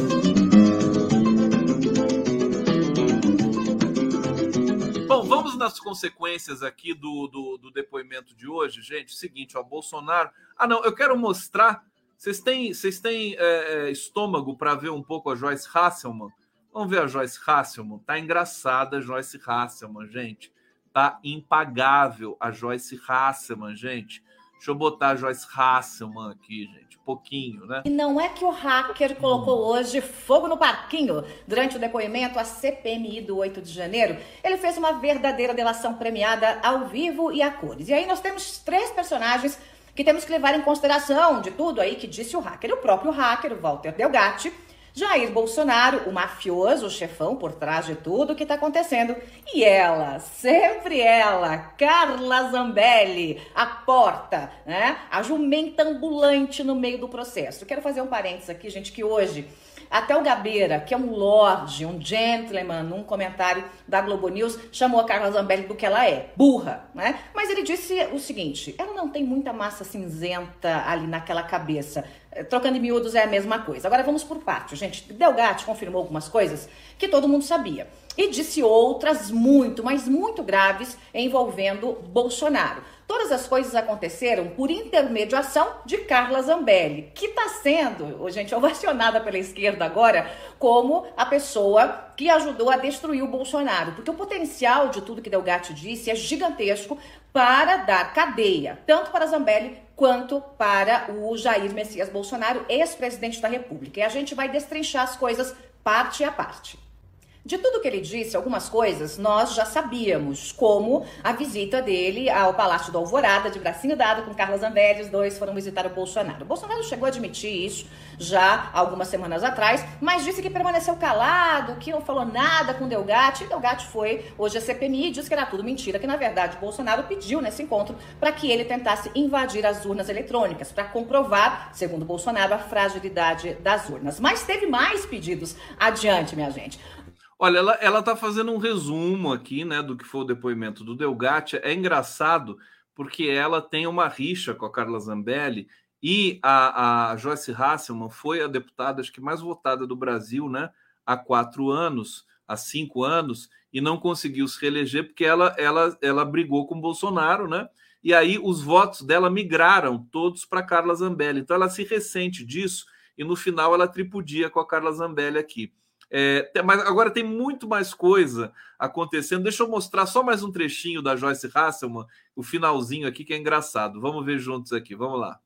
Bom, vamos nas consequências aqui do, do, do depoimento de hoje, gente. Seguinte, ó, Bolsonaro... Ah, não, eu quero mostrar... Vocês têm, vocês têm é, estômago para ver um pouco a Joyce Hasselman? Vamos ver a Joyce Hasselman. Tá engraçada a Joyce Hasselman, gente. Tá impagável a Joyce Hasselman, gente. Deixa eu botar a Joyce Hasselman aqui, gente. Um pouquinho, né? E não é que o hacker colocou hoje fogo no parquinho. Durante o depoimento à C P M I do oito de janeiro, ele fez uma verdadeira delação premiada ao vivo e a cores. E aí nós temos três personagens que temos que levar em consideração de tudo aí que disse o hacker. O próprio hacker, o Walter Delgatti, Jair Bolsonaro, o mafioso, o chefão por trás de tudo que está acontecendo. E ela, sempre ela, Carla Zambelli, a porta, né? A jumenta ambulante no meio do processo. Quero fazer um parênteses aqui, gente, que hoje até o Gabeira, que é um lorde, um gentleman, num comentário da Globo News, chamou a Carla Zambelli do que ela é, burra, né? Mas ele disse o seguinte, ela não tem muita massa cinzenta ali naquela cabeça. Trocando em miúdos é a mesma coisa. Agora vamos por parte, gente. Delgatti confirmou algumas coisas que todo mundo sabia. E disse outras muito, mas muito graves envolvendo Bolsonaro. Todas as coisas aconteceram por intermediação de Carla Zambelli, que está sendo, gente, ovacionada pela esquerda agora como a pessoa que ajudou a destruir o Bolsonaro. Porque o potencial de tudo que Delgatti disse é gigantesco para dar cadeia, tanto para Zambelli quanto para o Jair Messias Bolsonaro, ex-presidente da República. E a gente vai destrinchar as coisas parte a parte. De tudo que ele disse, algumas coisas nós já sabíamos, como a visita dele ao Palácio do Alvorada, de bracinho dado com Carla Zambelli, os dois foram visitar o Bolsonaro. O Bolsonaro chegou a admitir isso já algumas semanas atrás, mas disse que permaneceu calado, que não falou nada com Delgatti. E Delgatti foi hoje a C P M I e disse que era tudo mentira, que na verdade o Bolsonaro pediu nesse encontro para que ele tentasse invadir as urnas eletrônicas, para comprovar, segundo Bolsonaro, a fragilidade das urnas. Mas teve mais pedidos adiante, minha gente. Olha, ela, ela tá fazendo um resumo aqui, né, do que foi o depoimento do Delgatti. É engraçado porque ela tem uma rixa com a Carla Zambelli e a, a Joyce Hasselman foi a deputada, acho que mais votada do Brasil, né, há quatro anos, há cinco anos, e não conseguiu se reeleger porque ela, ela, ela brigou com o Bolsonaro, né, e aí os votos dela migraram todos para Carla Zambelli. Então ela se ressente disso e no final ela tripudia com a Carla Zambelli aqui. É, mas agora tem muito mais coisa acontecendo. Deixa eu mostrar só mais um trechinho da Joyce Hasselman, o finalzinho aqui que é engraçado. Vamos ver juntos aqui, vamos lá.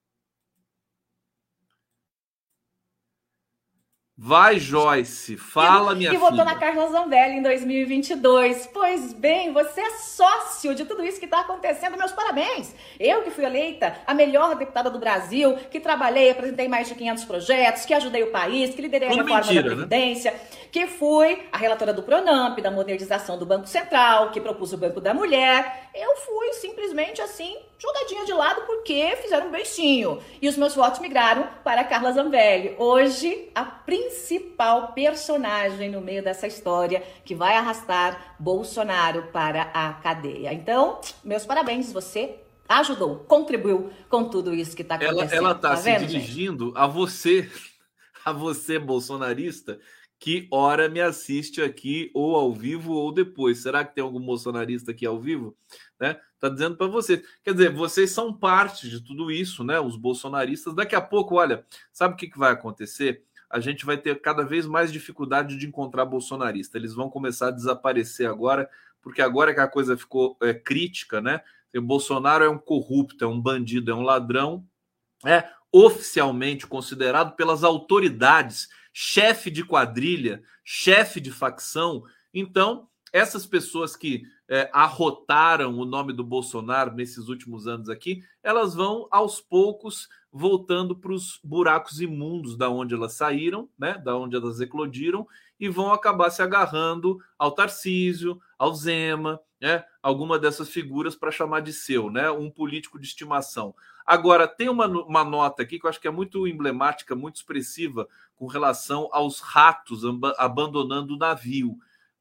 Vai, Joyce, fala, minha filha. E votou na Carla Zambelli em dois mil e vinte e dois. Pois bem, você é sócio de tudo isso que está acontecendo. Meus parabéns. Eu que fui eleita a melhor deputada do Brasil, que trabalhei, apresentei mais de quinhentos projetos, que ajudei o país, que liderei a Tudo reforma mentira, da Previdência, né? Que fui a relatora do Pronamp, da modernização do Banco Central, que propus o Banco da Mulher. Eu fui simplesmente assim, jogadinha de lado, porque fizeram um beicinho. E os meus votos migraram para a Carla Zambelli. Hoje, a principal personagem no meio dessa história que vai arrastar Bolsonaro para a cadeia. Então, meus parabéns, você ajudou, contribuiu com tudo isso que está acontecendo. Ela está tá se vendo, dirigindo gente? a você, a você, bolsonarista, que ora me assiste aqui ou ao vivo ou depois. Será que tem algum bolsonarista aqui ao vivo? Né? Tá dizendo para você. Quer dizer, vocês são parte de tudo isso, né? Os bolsonaristas. Daqui a pouco, olha, sabe o que, que vai acontecer? A gente vai ter cada vez mais dificuldade de encontrar bolsonarista. Eles vão começar a desaparecer agora, porque agora que a coisa ficou é, crítica, né? O Bolsonaro é um corrupto, é um bandido, é um ladrão, é oficialmente considerado pelas autoridades chefe de quadrilha, chefe de facção. Então, essas pessoas que é, arrotaram o nome do Bolsonaro nesses últimos anos aqui, elas vão, aos poucos, voltando para os buracos imundos da onde elas saíram, né, da onde elas eclodiram, e vão acabar se agarrando ao Tarcísio, ao Zema, né, alguma dessas figuras para chamar de seu, né, um político de estimação. Agora, tem uma, uma nota aqui que eu acho que é muito emblemática, muito expressiva, com relação aos ratos abandonando o navio.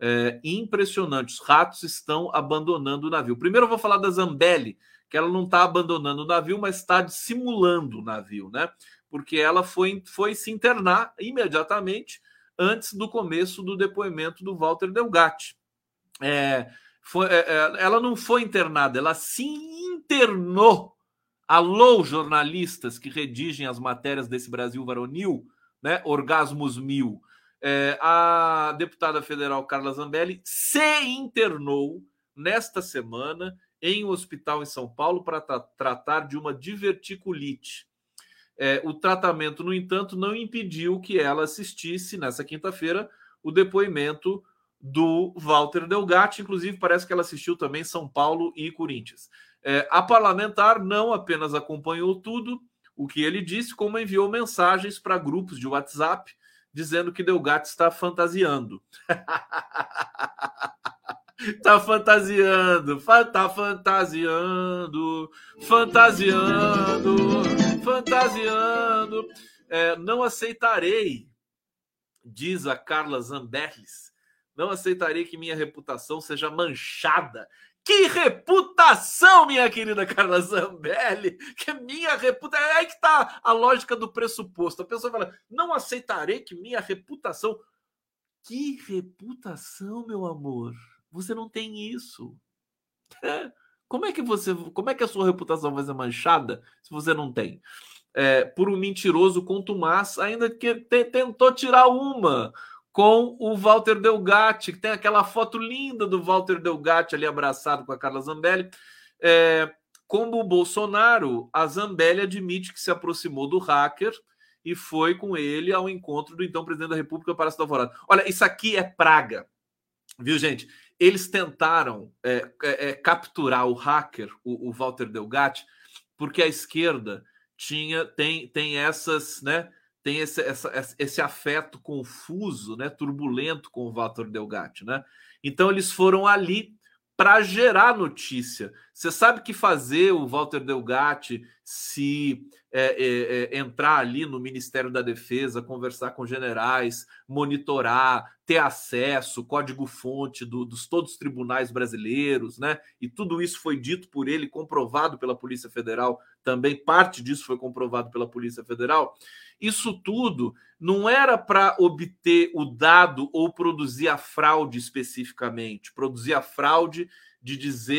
É impressionante, os ratos estão abandonando o navio. Primeiro eu vou falar da Zambelli, que ela não está abandonando o navio, mas está dissimulando o navio, né? Porque ela foi, foi se internar imediatamente antes do começo do depoimento do Walter Delgatti. É, foi, é, ela não foi internada, ela se internou. Alô, jornalistas que redigem as matérias desse Brasil varonil, né? Orgasmos mil. É, a deputada federal Carla Zambelli se internou nesta semana em um hospital em São Paulo para tra- tratar de uma diverticulite. É, o tratamento, no entanto, não impediu que ela assistisse nessa quinta-feira o depoimento do Walter Delgatti. Inclusive, parece que ela assistiu também São Paulo e Corinthians. É, a parlamentar não apenas acompanhou tudo o que ele disse, como enviou mensagens para grupos de WhatsApp dizendo que Delgatti está fantasiando. Tá fantasiando, tá fantasiando, fantasiando, fantasiando. É, não aceitarei, diz a Carla Zambelli, não aceitarei que minha reputação seja manchada. Que reputação, minha querida Carla Zambelli, que minha reputação... É aí que está a lógica do pressuposto. A pessoa fala, não aceitarei que minha reputação... Que reputação, meu amor? Você não tem isso. É. Como é que você, como é que a sua reputação vai ser manchada se você não tem? É, por um mentiroso contumaz, ainda que te, tentou tirar uma com o Walter Delgatti, que tem aquela foto linda do Walter Delgatti ali abraçado com a Carla Zambelli. É, como o Bolsonaro, a Zambelli admite que se aproximou do hacker e foi com ele ao encontro do então presidente da República, Palácio do Alvorada. Olha, isso aqui é praga, viu, gente? Eles tentaram é, é, capturar o hacker, o, o Walter Delgatti, porque a esquerda tinha, tem, tem essas, né? Tem esse, essa, esse afeto confuso, né, turbulento com o Walter Delgatti, né? Então eles foram ali para gerar notícia. Você sabe que fazer o Walter Delgatti se é, é, é, entrar ali no Ministério da Defesa, conversar com generais, monitorar, ter acesso, código-fonte do, dos todos os tribunais brasileiros, né? E tudo isso foi dito por ele, comprovado pela Polícia Federal, também parte disso foi comprovado pela Polícia Federal. Isso tudo não era para obter o dado ou produzir a fraude especificamente, produzir a fraude de dizer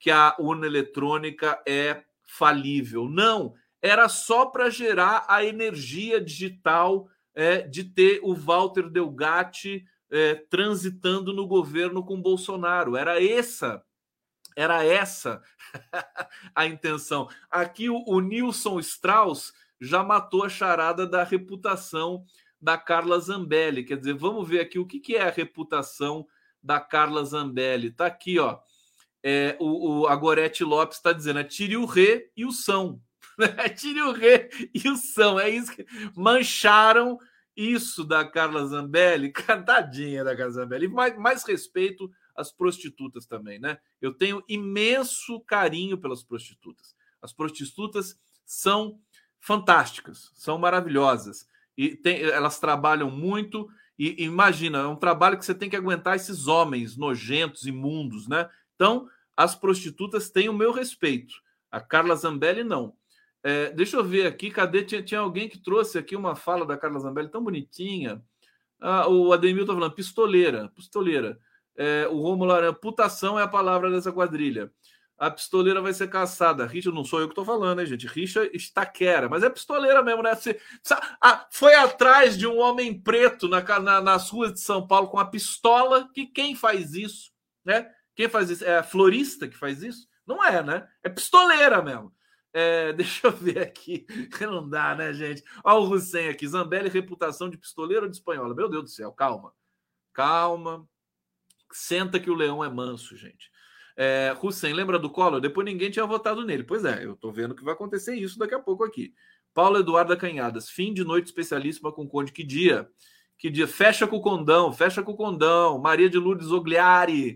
que a urna eletrônica é falível. Não, era só para gerar a energia digital é, de ter o Walter Delgatti é, transitando no governo com Bolsonaro. Era essa, era essa a intenção. Aqui o, o Nilson Strauss já matou a charada da reputação da Carla Zambelli. Quer dizer, vamos ver aqui o que, que é a reputação da Carla Zambelli. Está aqui, ó. É, o, o, a Gorete Lopes está dizendo, é tire o ré e o são. Tire o ré e o são. É isso que mancharam isso da Carla Zambelli. Tadinha da Carla Zambelli. E mais, mais respeito às prostitutas também, né? Eu tenho imenso carinho pelas prostitutas. As prostitutas são fantásticas, são maravilhosas. E tem, elas trabalham muito. E imagina, é um trabalho que você tem que aguentar esses homens nojentos, imundos, né? Então, as prostitutas têm o meu respeito. A Carla Zambelli, não. É, deixa eu ver aqui, cadê? Tinha, tinha alguém que trouxe aqui uma fala da Carla Zambelli tão bonitinha. Ah, o Ademil tá falando, pistoleira, pistoleira. É, o Rômulo Aranha, putação é a palavra dessa quadrilha. A pistoleira vai ser caçada. Richa, não sou eu que tô falando, hein, gente? Richa estaquera, mas é pistoleira mesmo, né? Você, ah, foi atrás de um homem preto na, na, nas ruas de São Paulo com a pistola, que quem faz isso, né? Quem faz isso? É a florista que faz isso? Não é, né? É pistoleira mesmo. É, deixa eu ver aqui. Não dá, né, gente? Olha o Hussein aqui. Zambelli, reputação de pistoleira ou de espanhola? Meu Deus do céu, calma. Calma. Senta que o leão é manso, gente. É, Hussein, lembra do Collor? Depois ninguém tinha votado nele. Pois é, eu tô vendo que vai acontecer isso daqui a pouco aqui. Paulo Eduardo Canhadas. Fim de noite especialíssima com o Conde. Que dia? Que dia? Fecha com o Condão. Fecha com o Condão. Maria de Lourdes Ogliari.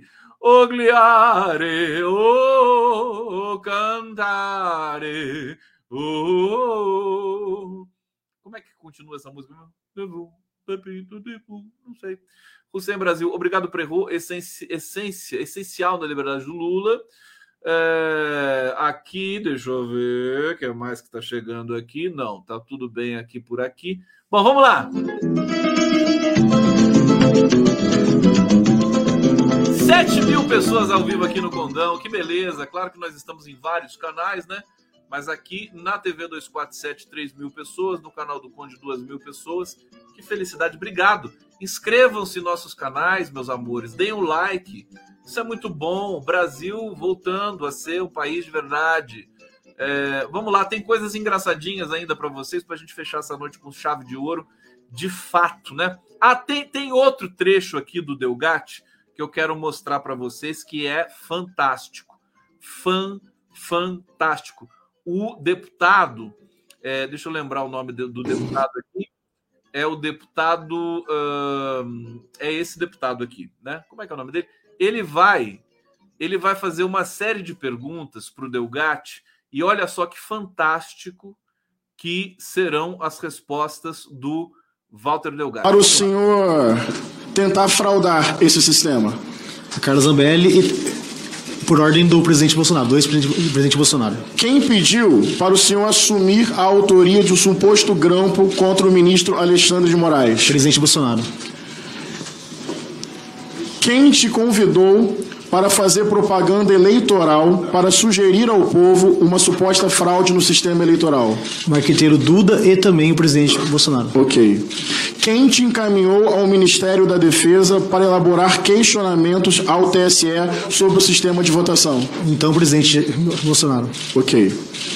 Ogliare, oh, cantare, oh. Como é que continua essa música? Não sei. Hussein Brasil, obrigado, Prerro. Essência, essência, essencial na liberdade do Lula. É, aqui, deixa eu ver, o que é mais que está chegando aqui? Não, tá tudo bem aqui por aqui. Bom, vamos lá. sete mil pessoas ao vivo aqui no Condão, que beleza. Claro que nós estamos em vários canais, né? Mas aqui na T V duzentos e quarenta e sete, três mil pessoas, no canal do Conde, duas mil pessoas. Que felicidade, obrigado. Inscrevam-se em nossos canais, meus amores, deem um like. Isso é muito bom. Brasil voltando a ser um país de verdade. É, vamos lá, tem coisas engraçadinhas ainda para vocês, para a gente fechar essa noite com chave de ouro, de fato, né? Ah, tem, tem outro trecho aqui do Delgatti que eu quero mostrar para vocês, que é fantástico. Fan, fantástico. O deputado, é, deixa eu lembrar o nome do, do deputado aqui, é o deputado, uh, é esse deputado aqui, né? Como é que é o nome dele? Ele vai, ele vai fazer uma série de perguntas para o Delgatti, e olha só que fantástico que serão as respostas do Walter Delgatti. Para o senhor tentar fraudar esse sistema. A Carla Zambelli, por ordem do presidente Bolsonaro, do ex-presidente Bolsonaro. Quem pediu para o senhor assumir a autoria de um suposto grampo contra o ministro Alexandre de Moraes? Presidente Bolsonaro. Quem te convidou para fazer propaganda eleitoral para sugerir ao povo uma suposta fraude no sistema eleitoral? O marqueteiro Duda e também o presidente Bolsonaro. Ok. Quem te encaminhou ao Ministério da Defesa para elaborar questionamentos ao T S E sobre o sistema de votação? Então, o presidente Bolsonaro. Ok.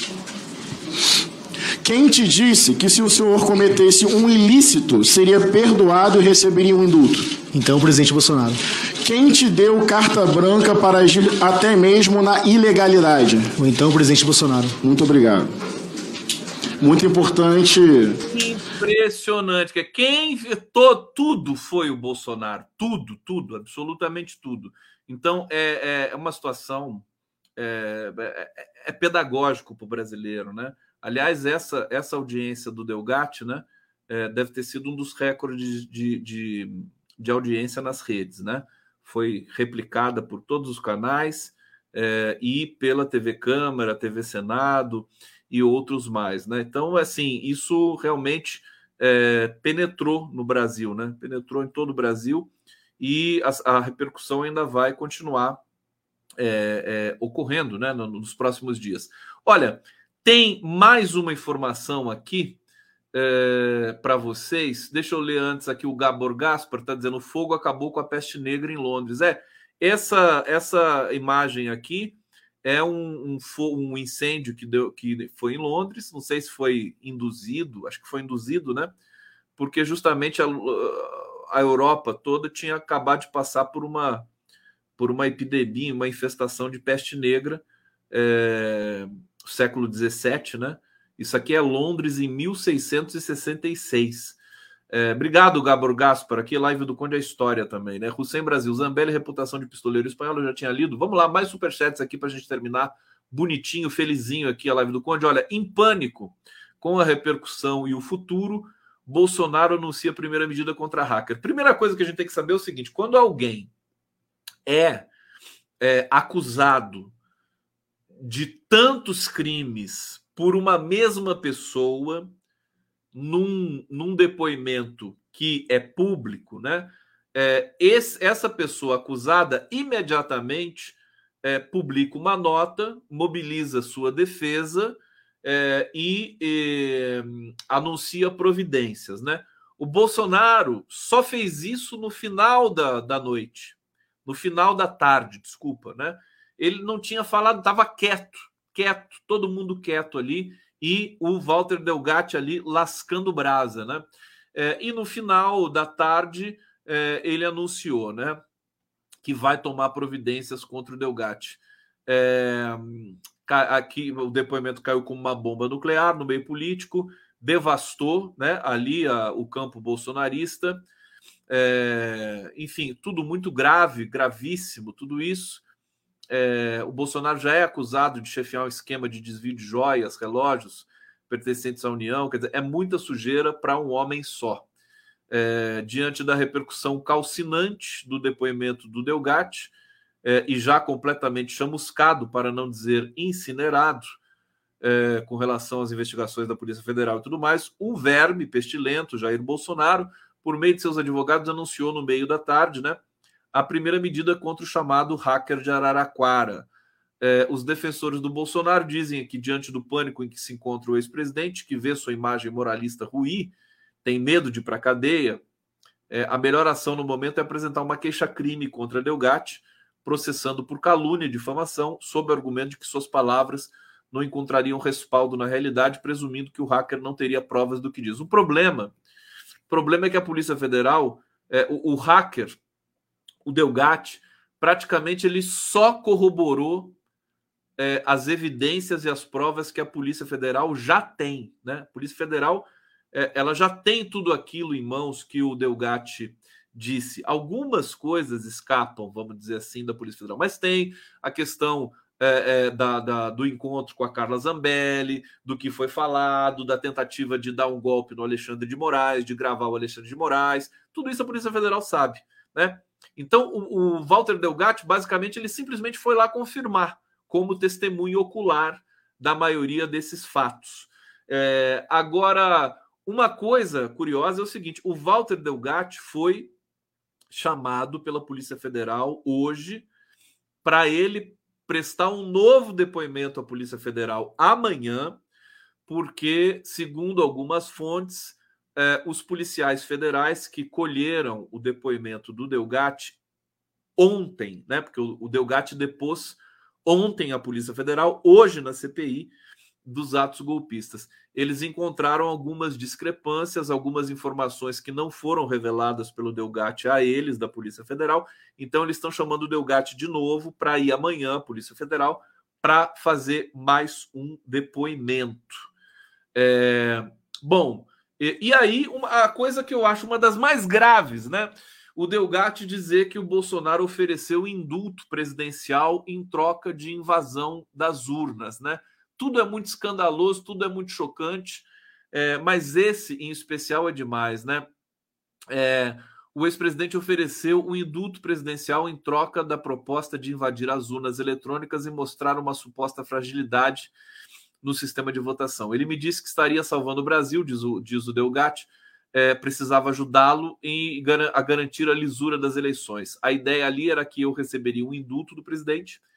Quem te disse que se o senhor cometesse um ilícito, seria perdoado e receberia um indulto? Então, o presidente Bolsonaro. Quem te deu carta branca para agir até mesmo na ilegalidade? Ou então, o presidente Bolsonaro. Muito obrigado. Muito importante. Impressionante. Quem vetou tudo foi o Bolsonaro. Tudo, tudo, absolutamente tudo. Então, é, é uma situação... É, é, é pedagógico para o brasileiro, né? Aliás, essa, essa audiência do Delgatti, né, é, deve ter sido um dos recordes de, de, de audiência nas redes, né? Foi replicada por todos os canais é, e pela T V Câmara, T V Senado e outros mais, né? Então, assim, isso realmente é, penetrou no Brasil, né? Penetrou em todo o Brasil e a, a repercussão ainda vai continuar é, é, ocorrendo, né, nos próximos dias. Olha, tem mais uma informação aqui é, para vocês. Deixa eu ler antes aqui. O Gabor Gaspar está dizendo: o fogo acabou com a peste negra em Londres. É, essa, essa imagem aqui é um, um, um incêndio que, deu, que foi em Londres. Não sei se foi induzido, acho que foi induzido, né? Porque justamente a, a Europa toda tinha acabado de passar por uma, por uma epidemia, uma infestação de peste negra, é, século dezessete, né? Isso aqui é Londres em mil seiscentos e sessenta e seis. É, obrigado, Gabor Gaspar. Aqui, live do Conde, a história também, né? Hussein Brasil, Zambelli, reputação de pistoleiro espanhol, eu já tinha lido. Vamos lá, mais superchats aqui para a gente terminar bonitinho, felizinho aqui a live do Conde. Olha, em pânico com a repercussão e o futuro, Bolsonaro anuncia a primeira medida contra hacker. Primeira coisa que a gente tem que saber é o seguinte: quando alguém é, é acusado de tantos crimes por uma mesma pessoa, num, num depoimento que é público, né? É, esse, essa pessoa acusada imediatamente é, publica uma nota, mobiliza sua defesa é, e, e anuncia providências, né? O Bolsonaro só fez isso no final da, da noite, no final da tarde, desculpa, né? Ele não tinha falado, estava quieto, quieto, todo mundo quieto ali, e o Walter Delgatti ali lascando brasa, né? É, e no final da tarde é, ele anunciou, né, que vai tomar providências contra o Delgatti. É, aqui o depoimento caiu como uma bomba nuclear no meio político, devastou, né, ali a, o campo bolsonarista. É, enfim, tudo muito grave, gravíssimo, tudo isso. É, o Bolsonaro já é acusado de chefiar um esquema de desvio de joias, relógios pertencentes à União. Quer dizer, é muita sujeira para um homem só. É, diante da repercussão calcinante do depoimento do Delgatti, é, e já completamente chamuscado, para não dizer incinerado, é, com relação às investigações da Polícia Federal e tudo mais, o verme pestilento Jair Bolsonaro, por meio de seus advogados, anunciou no meio da tarde, né, a primeira medida contra o chamado hacker de Araraquara. É, os defensores do Bolsonaro dizem que, diante do pânico em que se encontra o ex-presidente, que vê sua imagem moralista ruir, tem medo de ir para a cadeia, é, a melhor ação no momento é apresentar uma queixa-crime contra Delgatti, processando por calúnia e difamação, sob o argumento de que suas palavras não encontrariam respaldo na realidade, presumindo que o hacker não teria provas do que diz. O problema, o problema é que a Polícia Federal, é, o, o hacker, o Delgatti, praticamente ele só corroborou é, as evidências e as provas que a Polícia Federal já tem, né? A Polícia Federal é, ela já tem tudo aquilo em mãos que o Delgatti disse. Algumas coisas escapam, vamos dizer assim, da Polícia Federal, mas tem a questão é, é, da, da, do encontro com a Carla Zambelli, do que foi falado, da tentativa de dar um golpe no Alexandre de Moraes, de gravar o Alexandre de Moraes. Tudo isso a Polícia Federal sabe, né? Então, o, o Walter Delgatti, basicamente, ele simplesmente foi lá confirmar como testemunho ocular da maioria desses fatos. É, agora, uma coisa curiosa é o seguinte: o Walter Delgatti foi chamado pela Polícia Federal hoje para ele prestar um novo depoimento à Polícia Federal amanhã, porque, segundo algumas fontes, Eh, os policiais federais que colheram o depoimento do Delgatti ontem, né? Porque o, o Delgatti depôs ontem à Polícia Federal, hoje na C P I dos atos golpistas. Eles encontraram algumas discrepâncias, algumas informações que não foram reveladas pelo Delgatti a eles, da Polícia Federal. Então, eles estão chamando o Delgatti de novo para ir amanhã à Polícia Federal para fazer mais um depoimento. É, bom... E, e aí, uma, a coisa que eu acho uma das mais graves, né? O Delgatti dizer que o Bolsonaro ofereceu indulto presidencial em troca de invasão das urnas, né? Tudo é muito escandaloso, tudo é muito chocante, é, mas esse, em especial, é demais, né? É, o ex-presidente ofereceu um indulto presidencial em troca da proposta de invadir as urnas eletrônicas e mostrar uma suposta fragilidade no sistema de votação. Ele me disse que estaria salvando o Brasil, diz o, diz o Delgatti, é, precisava ajudá-lo em, a garantir a lisura das eleições. A ideia ali era que eu receberia um indulto do presidente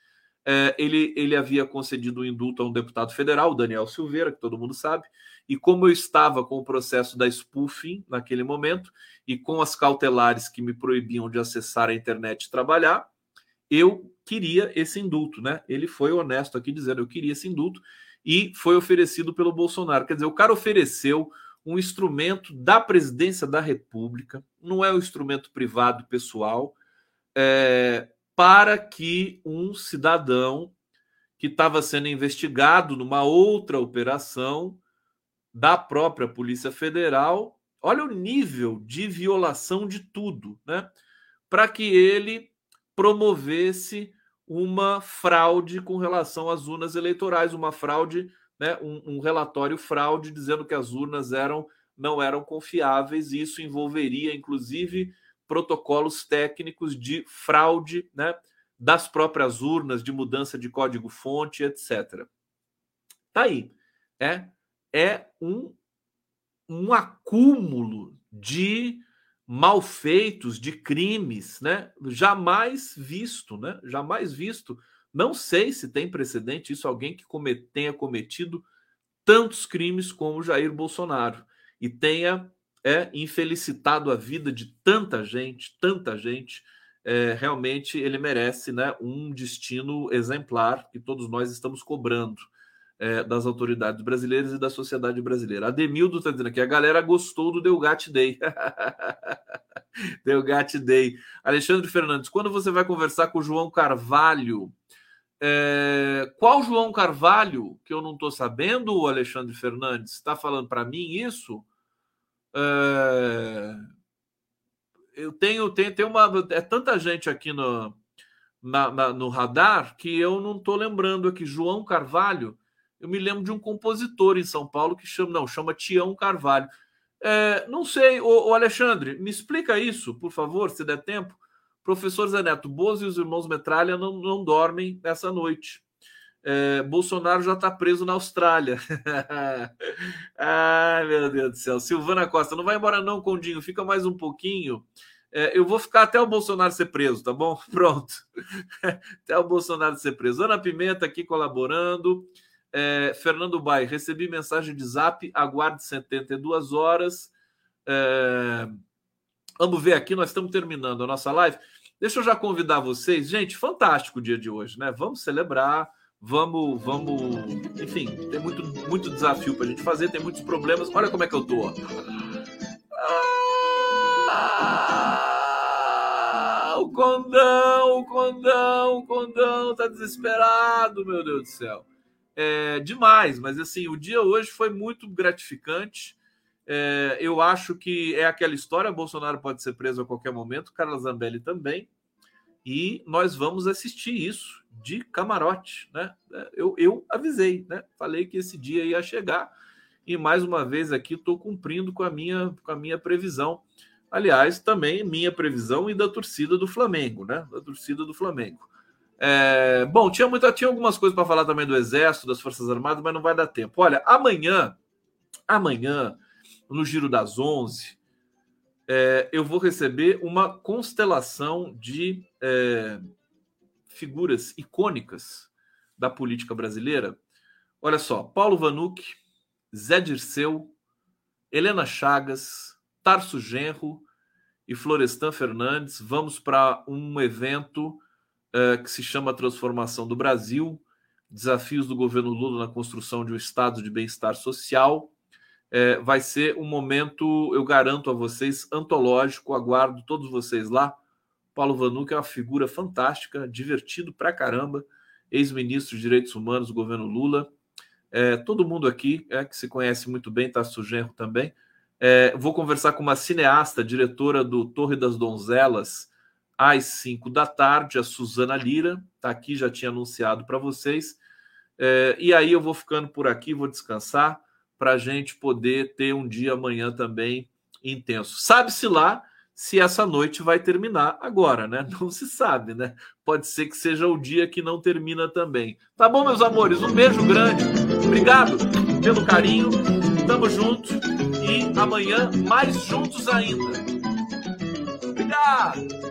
é, ele, ele havia concedido um indulto a um deputado federal, o Daniel Silveira, que todo mundo sabe, e como eu estava com o processo da spoofing naquele momento, e com as cautelares que me proibiam de acessar a internet e trabalhar, eu queria esse indulto, né? Ele foi honesto aqui dizendo, eu queria esse indulto, e foi oferecido pelo Bolsonaro. Quer dizer, o cara ofereceu um instrumento da presidência da República, não é um instrumento privado pessoal, é, para que um cidadão que estava sendo investigado numa outra operação da própria Polícia Federal, olha o nível de violação de tudo, né? Para que ele promovesse uma fraude com relação às urnas eleitorais, uma fraude, né, um, um relatório fraude dizendo que as urnas eram, não eram confiáveis, e isso envolveria, inclusive, protocolos técnicos de fraude, né, das próprias urnas, de mudança de código-fonte, etcétera. Tá aí. É, é um, um acúmulo de malfeitos, de crimes, né, jamais visto, né, jamais visto. Não sei se tem precedente isso, alguém que comet, tenha cometido tantos crimes como Jair Bolsonaro e tenha é, infelicitado a vida de tanta gente, tanta gente. É, realmente ele merece, né, um destino exemplar que todos nós estamos cobrando é, das autoridades brasileiras e da sociedade brasileira. Ademildo está dizendo aqui, a galera gostou do Delgatti Day. Delgatti Day. Alexandre Fernandes, quando você vai conversar com o João Carvalho? É, qual João Carvalho? Que eu não estou sabendo, Alexandre Fernandes? Está falando para mim isso? É, eu tenho, tenho, tenho uma... É tanta gente aqui no, na, na, no radar que eu não estou lembrando aqui. João Carvalho, eu me lembro de um compositor em São Paulo que chama, não, chama Tião Carvalho. É, não sei, ô, ô Alexandre, me explica isso, por favor, se der tempo. Professor Zé Neto, Bozo e os irmãos Metralha não, não dormem essa noite. É, Bolsonaro já está preso na Austrália. Ai, meu Deus do céu. Silvana Costa, não vai embora não, Condinho, fica mais um pouquinho. É, eu vou ficar até o Bolsonaro ser preso, tá bom? Pronto. Até o Bolsonaro ser preso. Ana Pimenta aqui colaborando. É, Fernando Bai, recebi mensagem de zap, aguarde setenta e duas horas. É, vamos ver aqui, nós estamos terminando a nossa live. Deixa eu já convidar vocês. Gente, fantástico o dia de hoje, né? Vamos celebrar, vamos, vamos... Enfim, tem muito, muito desafio para a gente fazer, tem muitos problemas. Olha como é que eu tô. Ah, o Condão, o Condão, o Condão tá desesperado, meu Deus do céu. É demais, mas assim, o dia hoje foi muito gratificante. É, eu acho que é aquela história, Bolsonaro pode ser preso a qualquer momento, Carla Zambelli também, e nós vamos assistir isso de camarote, né? Eu, eu avisei, né? Falei que esse dia ia chegar, e mais uma vez aqui estou cumprindo com a minha, com a minha previsão. Aliás, também minha previsão e da torcida do Flamengo, né? Da torcida do Flamengo. É, bom, tinha, muita, tinha algumas coisas para falar também do Exército, das Forças Armadas, mas não vai dar tempo. Olha, amanhã, amanhã, no Giro das onze, é, eu vou receber uma constelação de é, figuras icônicas da política brasileira. Olha só, Paulo Vanuc, Zé Dirceu, Helena Chagas, Tarso Genro e Florestan Fernandes. Vamos para um evento é, que se chama Transformação do Brasil, desafios do governo Lula na construção de um estado de bem-estar social. É, vai ser um momento, eu garanto a vocês, antológico. Aguardo todos vocês lá. Paulo Vanuc é uma figura fantástica, divertido pra caramba, ex-ministro de Direitos Humanos do governo Lula. É, todo mundo aqui é, que se conhece muito bem, Tarso Genro também. É, vou conversar com uma cineasta, diretora do Torre das Donzelas, às cinco da tarde, a Suzana Lira. Está aqui, já tinha anunciado para vocês. É, e aí eu vou ficando por aqui, vou descansar, para a gente poder ter um dia amanhã também intenso. Sabe-se lá se essa noite vai terminar agora, né? Não se sabe, né? Pode ser que seja o dia que não termina também. Tá bom, meus amores? Um beijo grande. Obrigado pelo carinho. Tamo junto. E amanhã mais juntos ainda. Obrigado!